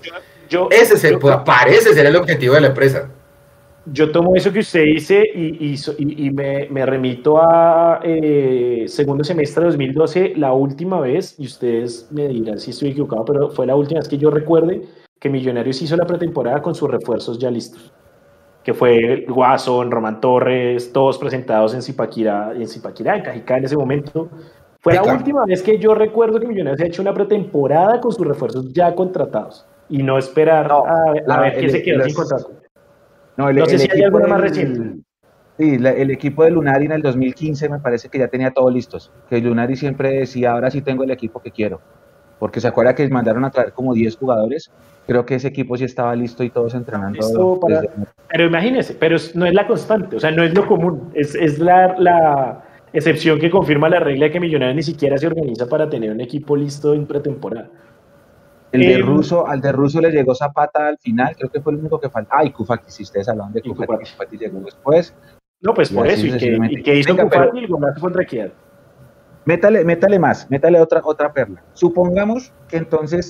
parece ser el objetivo de la empresa. Yo tomo eso que usted dice y me remito a segundo semestre de 2012, la última vez, y ustedes me dirán si estoy equivocado, pero fue la última vez que yo recuerde que Millonarios hizo la pretemporada con sus refuerzos ya listos, que fue Guasón, Román Torres, todos presentados en Zipaquirá, en Cajicá en ese momento. Fue la última vez que yo recuerdo que Millonarios ha hecho una pretemporada con sus refuerzos ya contratados y no esperar a ver quién se quedó sin contrato. No sé si hay alguna más reciente. Sí, el equipo de Lunari en el 2015 me parece que ya tenía todo listos. Que Lunari siempre decía, ahora sí tengo el equipo que quiero. Porque se acuerda que mandaron a traer como 10 jugadores. Creo que ese equipo sí estaba listo y todos entrenando. Pero imagínese, pero no es la constante, o sea, no es lo común. Es la excepción que confirma la regla de que Millonarios ni siquiera se organiza para tener un equipo listo en pretemporada. Al de Russo le llegó Zapata al final, creo que fue el único que faltaba. Y Cufati, si ustedes hablan de Cufati llegó después. No, pues por eso, y que hizo Cufati el golazo contra Equidad. Métale otra perla. Supongamos que entonces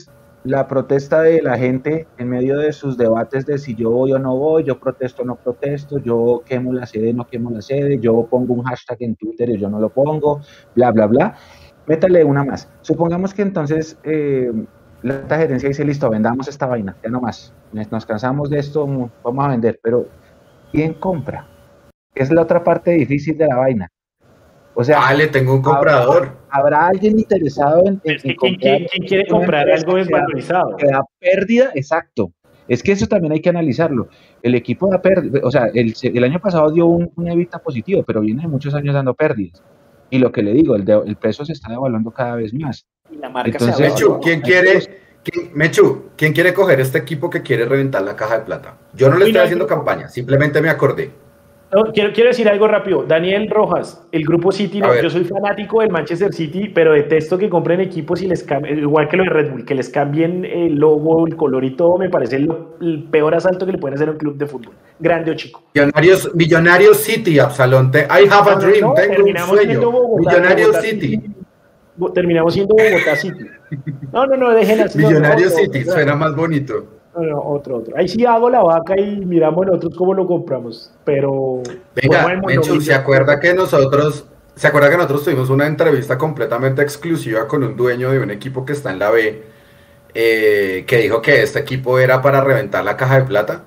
la protesta de la gente en medio de sus debates de si yo voy o no voy, yo protesto o no protesto, yo quemo la sede, no quemo la sede, yo pongo un hashtag en Twitter y yo no lo pongo, bla, bla, bla. Métale una más. Supongamos que entonces la alta gerencia dice, listo, vendamos esta vaina, ya no más. Nos cansamos de esto, vamos a vender, pero ¿quién compra? Es la otra parte difícil de la vaina. O sea, le tengo un comprador. ¿Habrá alguien interesado en comprar? ¿Quién quiere comprar algo desvalorizado? Que da pérdida, exacto. Es que eso también hay que analizarlo. El equipo da pérdida, o sea, el año pasado dio un EBITDA positivo, pero viene de muchos años dando pérdidas. Y lo que le digo, el peso se está devaluando cada vez más. Y la marca entonces, Mechu, ¿quién quiere coger este equipo que quiere reventar la caja de plata? Yo no le estoy haciendo campaña, simplemente me acordé. No, quiero decir algo rápido. Daniel Rojas, el grupo City, no, yo soy fanático del Manchester City, pero detesto que compren equipos y les cambien, igual que lo de Red Bull, que les cambien el logo, el color y todo, me parece el peor asalto que le pueden hacer a un club de fútbol, grande o chico. Millonarios City, Absalón, I have a dream, tengo un sueño. Millonarios City. Terminamos siendo Bogotá City. No, dejen así. Millonarios City, suena más bonito. No, otro. Ahí sí hago la vaca y miramos nosotros cómo lo compramos, pero... Venga, Menchu, ¿se acuerda que nosotros tuvimos una entrevista completamente exclusiva con un dueño de un equipo que está en la B, que dijo que este equipo era para reventar la caja de plata?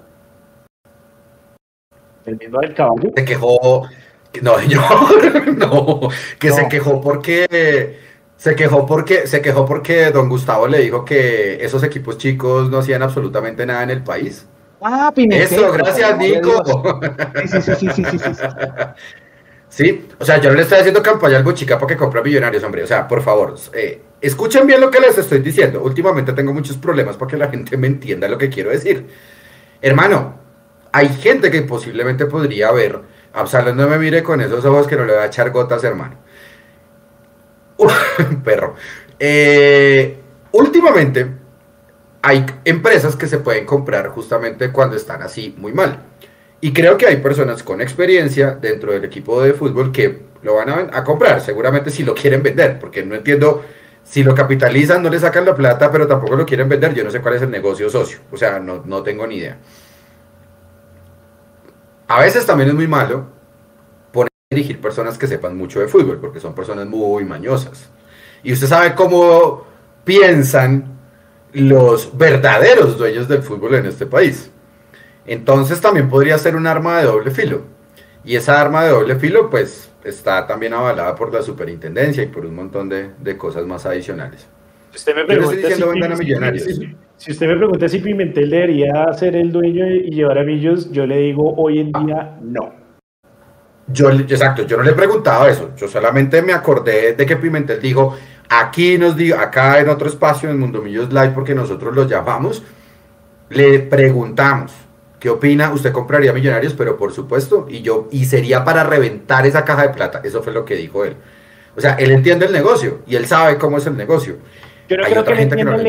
¿El mismo del caballo? Se quejó... No, señor, no, que no. Se quejó porque don Gustavo le dijo que esos equipos chicos no hacían absolutamente nada en el país. Ah, Pimentel. Eso, gracias, Nico. Sí. Sí, o sea, yo no le estoy haciendo campaña al Bochica para que compre Millonarios, hombre. O sea, por favor, escuchen bien lo que les estoy diciendo. Últimamente tengo muchos problemas para que la gente me entienda lo que quiero decir. Hermano, hay gente que posiblemente podría ver. Absalón, no me mire con esos ojos que no le va a echar gotas, hermano. Perro. Últimamente hay empresas que se pueden comprar justamente cuando están así muy mal. Y creo que hay personas con experiencia dentro del equipo de fútbol que lo van a comprar, seguramente si lo quieren vender, porque no entiendo, si lo capitalizan no le sacan la plata, pero tampoco lo quieren vender, yo no sé cuál es el negocio socio, o sea, no tengo ni idea. A veces también es muy malo dirigir personas que sepan mucho de fútbol, porque son personas muy mañosas. Y usted sabe cómo piensan los verdaderos dueños del fútbol en este país. Entonces también podría ser un arma de doble filo. Y esa arma de doble filo, pues, está también avalada por la superintendencia y por un montón de cosas más adicionales. Usted me pregunta si usted me pregunta si Pimentel debería ser el dueño y llevar a Millos, yo le digo hoy en día no. Exacto, yo no le he preguntado eso, yo solamente me acordé de que Pimentel dijo, acá en otro espacio en Mundo Millos Live, porque nosotros lo llamamos, le preguntamos, ¿qué opina? ¿Usted compraría Millonarios? Pero por supuesto, y sería para reventar esa caja de plata, eso fue lo que dijo él. O sea, él entiende el negocio, y él sabe cómo es el negocio. Yo no creo que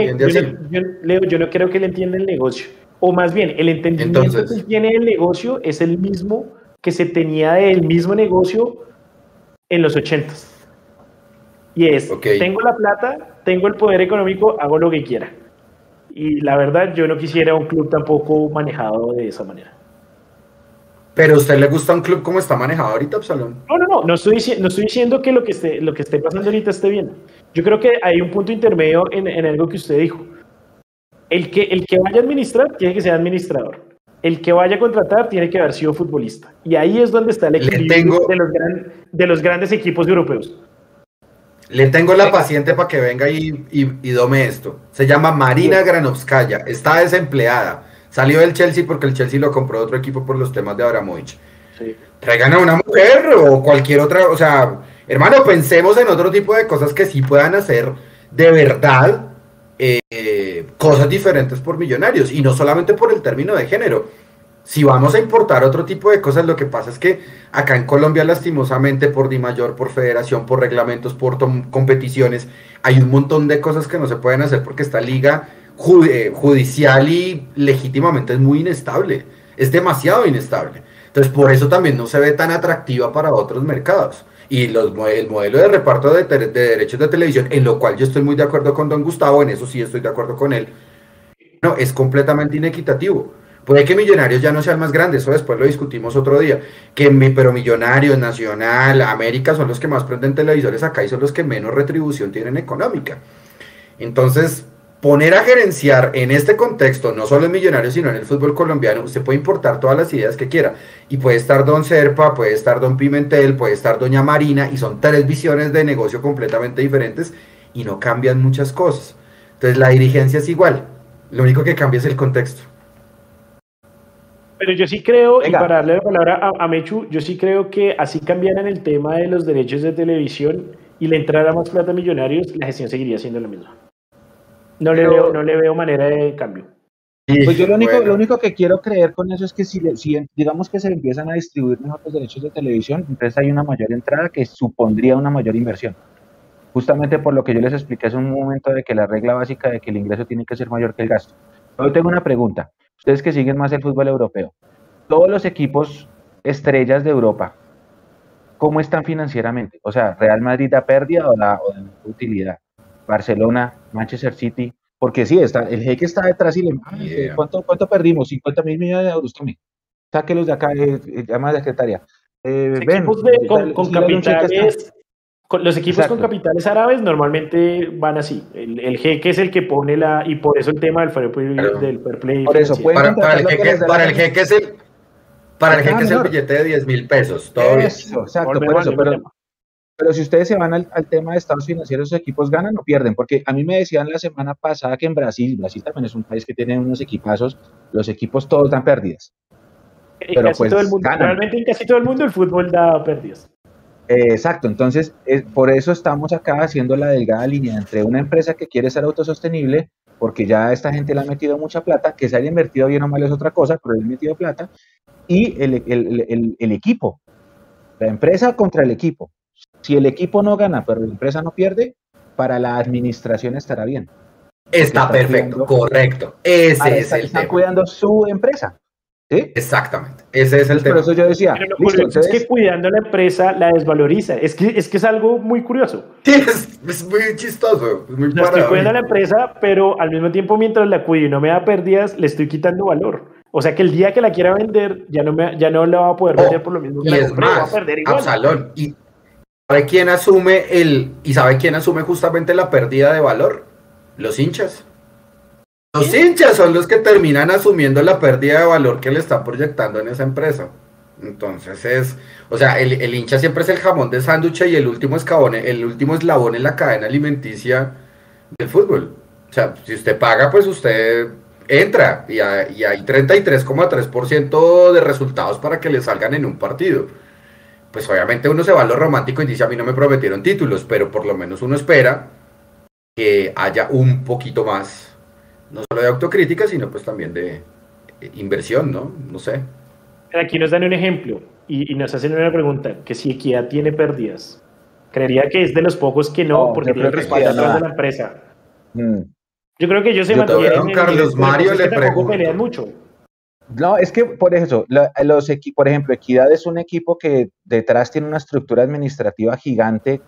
él entienda el negocio, o más bien, el entendimiento que él tiene del negocio es el mismo que se tenía del mismo negocio en los 80s. Y es, tengo la plata, tengo el poder económico, hago lo que quiera. Y la verdad, yo no quisiera un club tampoco manejado de esa manera. ¿Pero a usted le gusta un club como está manejado ahorita, Absalón? No estoy diciendo que lo que esté pasando ahorita esté bien. Yo creo que hay un punto intermedio en algo que usted dijo. El que vaya a administrar, tiene que ser administrador. El que vaya a contratar tiene que haber sido futbolista. Y ahí es donde está el equilibrio de los grandes equipos europeos. Le tengo la paciente para que venga y dome esto. Se llama Marina Granovskaya. Está desempleada. Salió del Chelsea porque el Chelsea lo compró otro equipo por los temas de Abramovich. Sí. Traigan a una mujer o cualquier otra. O sea, hermano, pensemos en otro tipo de cosas que sí puedan hacer de verdad cosas diferentes por Millonarios, y no solamente por el término de género. Si vamos a importar otro tipo de cosas, lo que pasa es que acá en Colombia, lastimosamente, por DIMAYOR, por federación, por reglamentos, por competiciones, hay un montón de cosas que no se pueden hacer porque esta liga judicial y legítimamente es muy inestable, es demasiado inestable. Entonces por eso también no se ve tan atractiva para otros mercados. Y el modelo de reparto de derechos de televisión, en lo cual yo estoy muy de acuerdo con don Gustavo, en eso sí estoy de acuerdo con él, no, es completamente inequitativo. Puede que Millonarios ya no sea el más grande, eso después lo discutimos otro día, pero Millonarios, Nacional, América son los que más prenden televisores acá y son los que menos retribución tienen económica. Entonces, poner a gerenciar en este contexto, no solo en Millonarios, sino en el fútbol colombiano, usted puede importar todas las ideas que quiera. Y puede estar Don Serpa, puede estar Don Pimentel, puede estar Doña Marina, y son 3 visiones de negocio completamente diferentes y no cambian muchas cosas. Entonces, la dirigencia es igual, lo único que cambia es el contexto. Pero yo sí creo, Venga. y para darle la palabra a Mechu, yo sí creo que así cambiaran el tema de los derechos de televisión y le entrara más plata a Millonarios, la gestión seguiría siendo la misma. No le veo manera de cambio. Pues yo lo único que quiero creer con eso es que si digamos que se empiezan a distribuir mejor los derechos de televisión, entonces hay una mayor entrada que supondría una mayor inversión. Justamente por lo que yo les expliqué hace un momento de que la regla básica de que el ingreso tiene que ser mayor que el gasto. Yo tengo una pregunta. Ustedes que siguen más el fútbol europeo, todos los equipos estrellas de Europa, ¿cómo están financieramente? O sea, ¿Real Madrid da pérdida o da utilidad? Barcelona, Manchester City, porque sí, el jeque está detrás y le ¿cuánto perdimos? 50.000 millones de euros también. Sáquelos de acá, llama a la secretaria. Equipos con capitales, los equipos con capitales árabes normalmente van así. El jeque es el que pone y por eso el tema del fair play. Por eso, para el jeque es el billete de 10.000 pesos. Todo eso, bien. Exacto, por eso, pero si ustedes se van al tema de estados financieros, los equipos ganan o pierden, porque a mí me decían la semana pasada que en Brasil también es un país que tiene unos equipazos, los equipos todos dan pérdidas. Pero pues todo el mundo, realmente en casi todo el mundo el fútbol da pérdidas. Exacto, entonces por eso estamos acá haciendo la delgada línea entre una empresa que quiere ser autosostenible, porque ya esta gente le ha metido mucha plata, que se haya invertido bien o mal es otra cosa, pero le ha metido plata, y el equipo, la empresa contra el equipo. Si el equipo no gana, pero la empresa no pierde, para la administración estará bien. Está perfecto, correcto. Ese es el tema. Está cuidando su empresa. ¿Sí? Exactamente, ese es el tema. Por eso yo decía, pero lo curioso es que cuidando la empresa la desvaloriza. Es que es algo muy curioso. Sí, es muy chistoso. Es muy estoy cuidando la empresa, pero al mismo tiempo mientras la cuido y no me da pérdidas, le estoy quitando valor. O sea que el día que la quiera vender, ya no la va a poder vender por lo mismo que la compré, va a perder igual. Absalón, ¿y sabe quién asume justamente la pérdida de valor? Los hinchas. Los hinchas son los que terminan asumiendo la pérdida de valor que le están proyectando en esa empresa. Entonces el hincha siempre es el jamón de sándwich y el último eslabón en la cadena alimenticia del fútbol. O sea, si usted paga, pues usted entra y hay 33,3% de resultados para que le salgan en un partido. Pues obviamente uno se va a lo romántico y dice, a mí no me prometieron títulos, pero por lo menos uno espera que haya un poquito más, no solo de autocrítica, sino pues también de inversión, ¿no? No sé. Aquí nos dan un ejemplo y nos hacen una pregunta, que si Equidad tiene pérdidas. Creería que es de los pocos que no, porque tiene respaldo atrás de la empresa. Yo creo que ellos se mantienen. Carlos Mario le pregunto. Pelean mucho. No, es que por eso, por ejemplo, Equidad es un equipo que detrás tiene una estructura administrativa gigante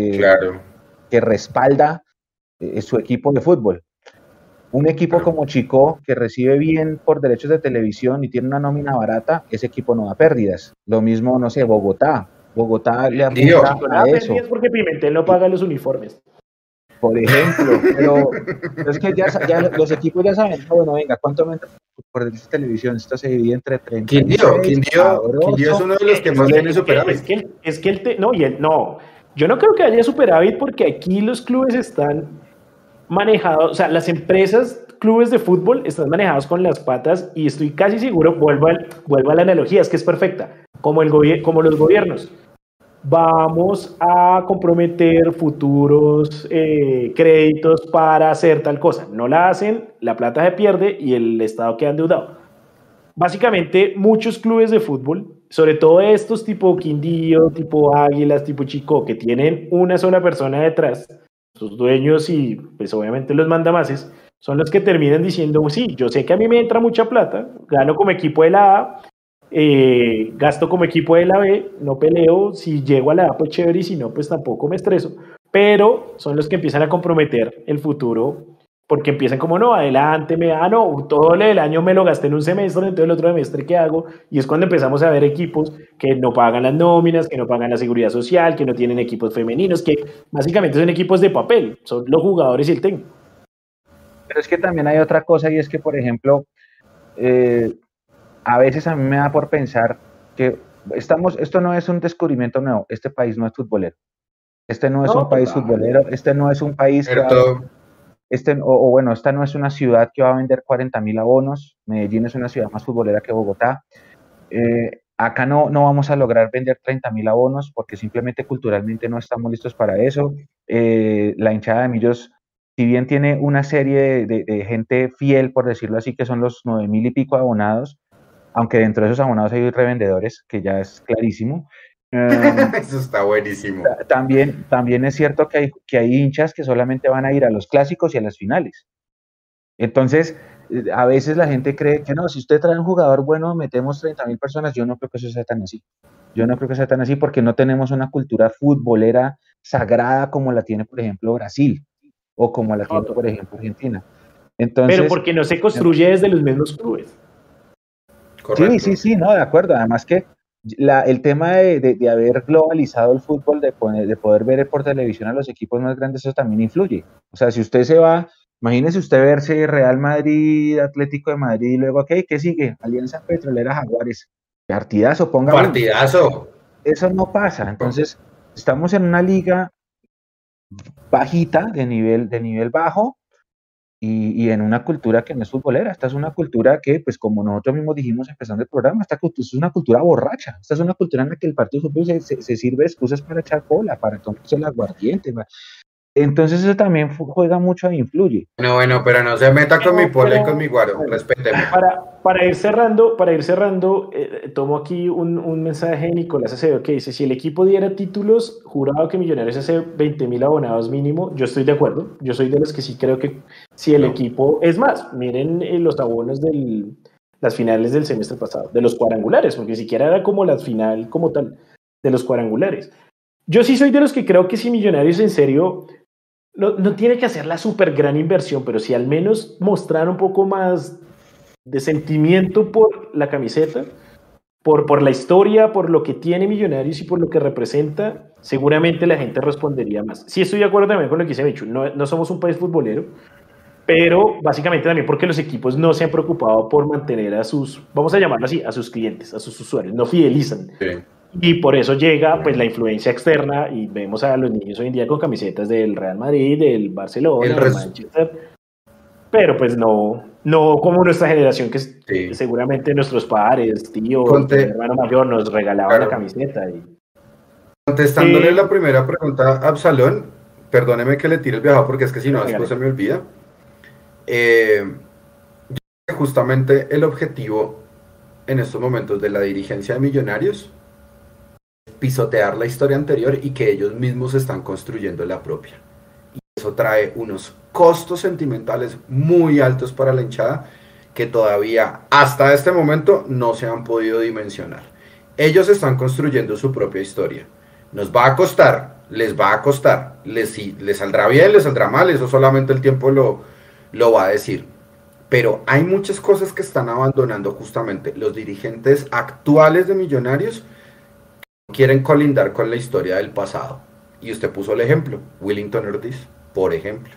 que respalda su equipo de fútbol. Un equipo como Chico, que recibe bien por derechos de televisión y tiene una nómina barata, ese equipo no da pérdidas. Lo mismo, no sé, Bogotá le apunta a eso. Porque Pimentel no paga los uniformes. Por ejemplo, pero es que ya los equipos ya saben, bueno, venga, ¿cuánto me entra por derechos de televisión? Esto se divide entre 30. Quindío es uno de los que más tiene superávit. Yo no creo que haya superávit porque aquí los clubes están manejados, o sea, las empresas, clubes de fútbol están manejados con las patas y estoy casi seguro, vuelvo a la analogía, es que es perfecta, como los gobiernos. Vamos a comprometer futuros créditos para hacer tal cosa. No la hacen, la plata se pierde y el Estado queda endeudado. Básicamente, muchos clubes de fútbol, sobre todo estos tipo Quindío, tipo Águilas, tipo Chico, que tienen una sola persona detrás, sus dueños y pues obviamente los mandamases, son los que terminan diciendo, sí, yo sé que a mí me entra mucha plata, gano como equipo de la A, gasto como equipo de la B, no peleo, si llego a la A pues chévere y si no pues tampoco me estreso, pero son los que empiezan a comprometer el futuro porque empiezan como no, adelante, no, todo el año me lo gasté en un semestre, entonces el otro semestre ¿qué hago? Y es cuando empezamos a ver equipos que no pagan las nóminas, que no pagan la seguridad social, que no tienen equipos femeninos, que básicamente son equipos de papel, son los jugadores y el técnico. Pero es que también hay otra cosa y es que, por ejemplo, a veces a mí me da por pensar que esto no es un descubrimiento nuevo, este país no es futbolero, este no es un país futbolero, este no es un país que bueno, esta no es una ciudad que va a vender 40.000 abonos, Medellín es una ciudad más futbolera que Bogotá, acá no vamos a lograr vender 30.000 abonos porque simplemente culturalmente no estamos listos para eso, la hinchada de Millos, si bien tiene una serie de gente fiel, por decirlo así, que son los 9.000 y pico abonados, aunque dentro de esos abonados hay revendedores, que ya es clarísimo. Eso está buenísimo. También es cierto que hay hinchas que solamente van a ir a los clásicos y a las finales. Entonces, a veces la gente cree que no, si usted trae un jugador bueno, metemos 30.000 personas. Yo no creo que eso sea tan así. Yo no creo que sea tan así porque no tenemos una cultura futbolera sagrada como la tiene, por ejemplo, Brasil o como la tiene, por ejemplo, Argentina. Entonces, pero porque no se construye desde los mismos clubes. Correcto. Sí, no, de acuerdo. Además que el tema de haber globalizado el fútbol, de poder ver por televisión a los equipos más grandes, eso también influye. O sea, si usted se va, imagínese usted verse Real Madrid, Atlético de Madrid, y luego, ¿qué sigue? Alianza Petrolera Jaguares. Partidazo, ponga. Partidazo. Eso no pasa. Entonces, estamos en una liga bajita, de nivel bajo, y en una cultura que no es futbolera. Esta es una cultura que, pues como nosotros mismos dijimos empezando el programa, esta es una cultura borracha, esta es una cultura en la que el partido de fútbol se sirve de excusas para echar cola, para tomarse el aguardiente. Entonces eso también juega mucho e influye. Bueno, pero no se meta con mi pola y con mi guaro, respéteme. Para ir cerrando, tomo aquí un mensaje de Nicolás Acevedo que dice, si el equipo diera títulos, jurado que Millonarios hace 20.000 abonados mínimo. Yo estoy de acuerdo, yo soy de los que sí creo que si el equipo, es más, miren los abonos las finales del semestre pasado, de los cuadrangulares, porque ni siquiera era como la final como tal, de los cuadrangulares. Yo sí soy de los que creo que si Millonarios en serio no tiene que hacer la súper gran inversión, pero si al menos mostrar un poco más de sentimiento por la camiseta, por la historia, por lo que tiene Millonarios y por lo que representa, seguramente la gente respondería más. Sí estoy de acuerdo también con lo que dice Mechu, no somos un país futbolero, pero básicamente también porque los equipos no se han preocupado por mantener a sus, vamos a llamarlo así, a sus clientes, a sus usuarios, no fidelizan. Sí. Y por eso llega pues la influencia externa y vemos a los niños hoy en día con camisetas del Real Madrid, del Barcelona, del Manchester, pero pues no como nuestra generación que seguramente nuestros padres, tíos, hermano mayor nos regalaban la camiseta. Contestándole la primera pregunta a Absalón, perdóneme que le tire el viaje porque es que si no después se me olvida. Justamente el objetivo en estos momentos de la dirigencia de Millonarios pisotear la historia anterior y que ellos mismos están construyendo la propia. Y eso trae unos costos sentimentales muy altos para la hinchada que todavía hasta este momento no se han podido dimensionar. Ellos están construyendo su propia historia. Nos va a costar, les va a costar, les saldrá bien, les saldrá mal, eso solamente el tiempo lo va a decir. Pero hay muchas cosas que están abandonando justamente los dirigentes actuales de Millonarios, quieren colindar con la historia del pasado. Y usted puso el ejemplo, Willington Ortiz, por ejemplo.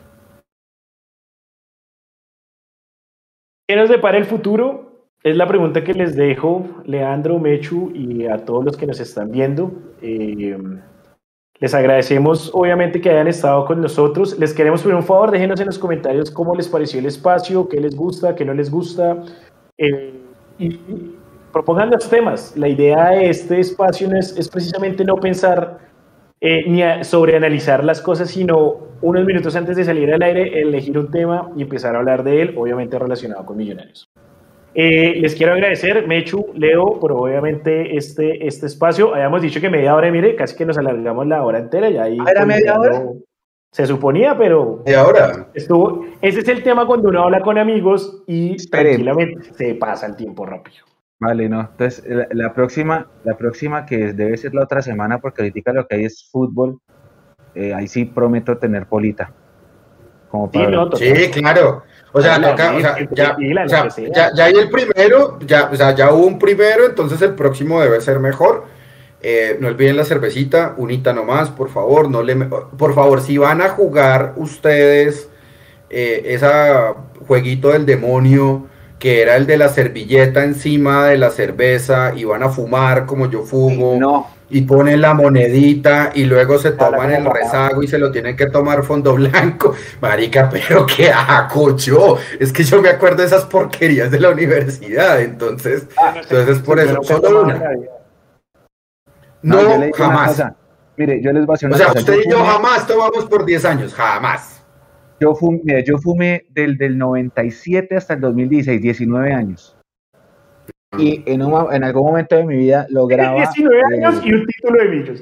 ¿Qué nos depara el futuro? Es la pregunta que les dejo, Leandro, Mechu y a todos los que nos están viendo. Les agradecemos obviamente que hayan estado con nosotros. Les queremos pedir un favor, déjenos en los comentarios cómo les pareció el espacio, qué les gusta, qué no les gusta. Y propongan los temas. La idea de este espacio es precisamente no pensar ni sobreanalizar las cosas, sino unos minutos antes de salir al aire, elegir un tema y empezar a hablar de él, obviamente relacionado con Millonarios. Les quiero agradecer, Mechu, Leo, por obviamente este espacio. Habíamos dicho que media hora, mire, casi que nos alargamos la hora entera. Ya ahí ¿era media hora? Se suponía, pero media hora. Ese es el tema cuando uno habla con amigos y tranquilamente se pasa el tiempo rápido. Vale, no. Entonces, la próxima que debe ser la otra semana, porque ahorita lo que hay es fútbol, ahí sí prometo tener polita. Como Sí, para... no, Sí, claro. O sea, toca, ya hay el primero, o sea, ya hubo un primero, entonces el próximo debe ser mejor. No olviden la cervecita, unita nomás, por favor, por favor, si van a jugar ustedes esa jueguito del demonio que era el de la servilleta encima de la cerveza y van a fumar como yo fumo No. y ponen la monedita y luego se toman el rezago y se lo tienen que tomar fondo blanco. Marica, pero qué asco yo. Es que yo me acuerdo de esas porquerías de la universidad, entonces por eso, solo una. No, jamás. Mire, yo les voy a hacer una cosa. O sea, usted y yo jamás tomamos por 10 años, jamás. Yo fumé del 97 hasta el 2016, 19 años. Y en algún momento de mi vida lograba... 19 años y un título de millos.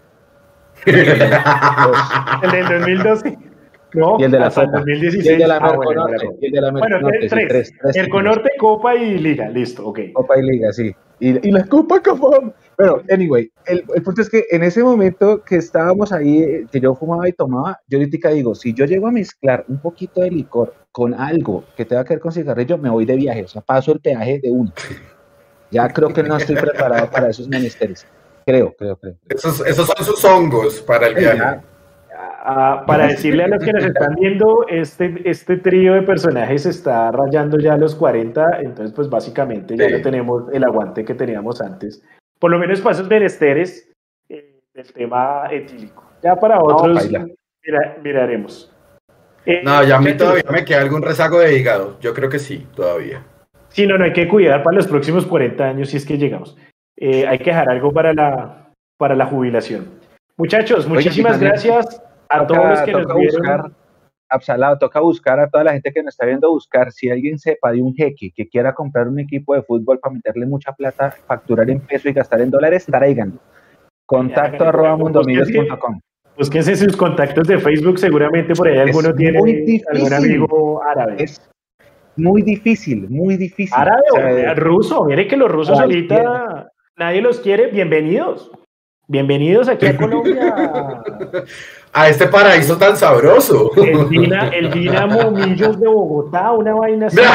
El del 2012. No, y el de la hasta el 2016. Y el de la Merconorte. Y el de la Merconorte. Bueno, tres. Merconorte, Copa y Liga. Listo, ok. Copa y Liga, sí. Y la Copa, cafón. Pero, anyway, el punto es que en ese momento que estábamos ahí, que yo fumaba y tomaba, yo ahorita digo, si yo llego a mezclar un poquito de licor con algo que tenga que ver con cigarrillo, me voy de viaje, o sea, paso el peaje de uno. Ya creo que no estoy preparado para esos menesteres. Creo. Esos son sus hongos para el viaje. Para decirle a los que nos están viendo, este trío de personajes está rayando ya los 40, entonces pues básicamente ya no tenemos el aguante que teníamos antes. Por lo menos para esos menesteres del tema etílico. Ya para otros miraremos. No, ya a mí todavía me queda algún rezago de hígado. Yo creo que sí, todavía. Sí, no hay que cuidar para los próximos 40 años si es que llegamos. Hay que dejar algo para la jubilación. Muchachos, muchísimas gracias a todos los que nos vieron. Absalado, toca buscar a toda la gente que nos está viendo, si alguien sepa de un jeque que quiera comprar un equipo de fútbol para meterle mucha plata, facturar en peso y gastar en dólares, traigan. Contacto@mundomillos.com. Búsquense sus contactos de Facebook, seguramente por ahí alguno tiene algún amigo árabe. Es muy difícil. Árabe o ruso, mire que los rusos ahorita nadie los quiere. Bienvenidos aquí a Colombia. A este paraíso tan sabroso. El Dinamo Millos de Bogotá, una vaina así.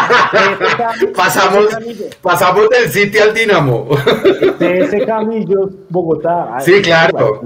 Pasamos del City al Dinamo. CSKA Millos, Bogotá. Sí, claro.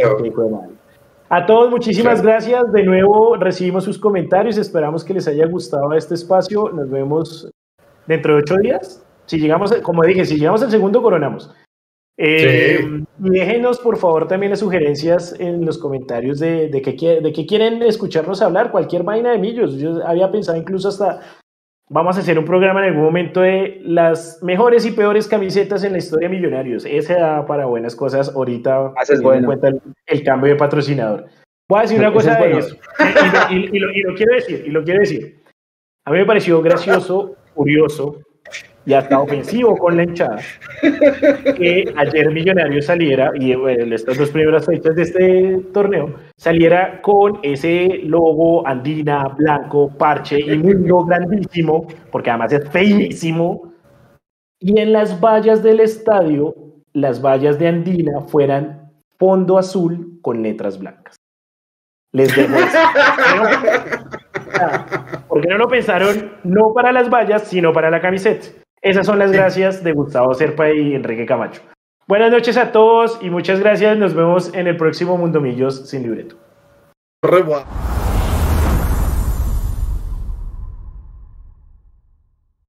A todos, muchísimas gracias. De nuevo recibimos sus comentarios. Esperamos que les haya gustado este espacio. Nos vemos dentro de 8 días. Si llegamos, como dije, si llegamos al segundo, coronamos. Y déjenos por favor también las sugerencias en los comentarios de qué quieren escucharnos hablar, cualquier vaina de millos. Yo había pensado incluso hasta vamos a hacer un programa en algún momento de las mejores y peores camisetas en la historia de Millonarios. Ese da para buenas cosas ahorita, teniendo en cuenta el cambio de patrocinador. Voy a decir una cosa de eso y lo quiero decir. A mí me pareció gracioso, curioso y hasta ofensivo con la hinchada que ayer Millonarios saliera, y estas 2 primeras fechas de este torneo, saliera con ese logo andina, blanco, parche, inmundo, grandísimo, porque además es feísimo, y en las vallas del estadio, las vallas de andina fueran fondo azul con letras blancas. Les dejo eso. ¿Por qué no lo pensaron? No para las vallas, sino para la camiseta. Esas son las gracias de Gustavo Serpa y Enrique Camacho. Buenas noches a todos y muchas gracias. Nos vemos en el próximo Mundomillos sin libreto.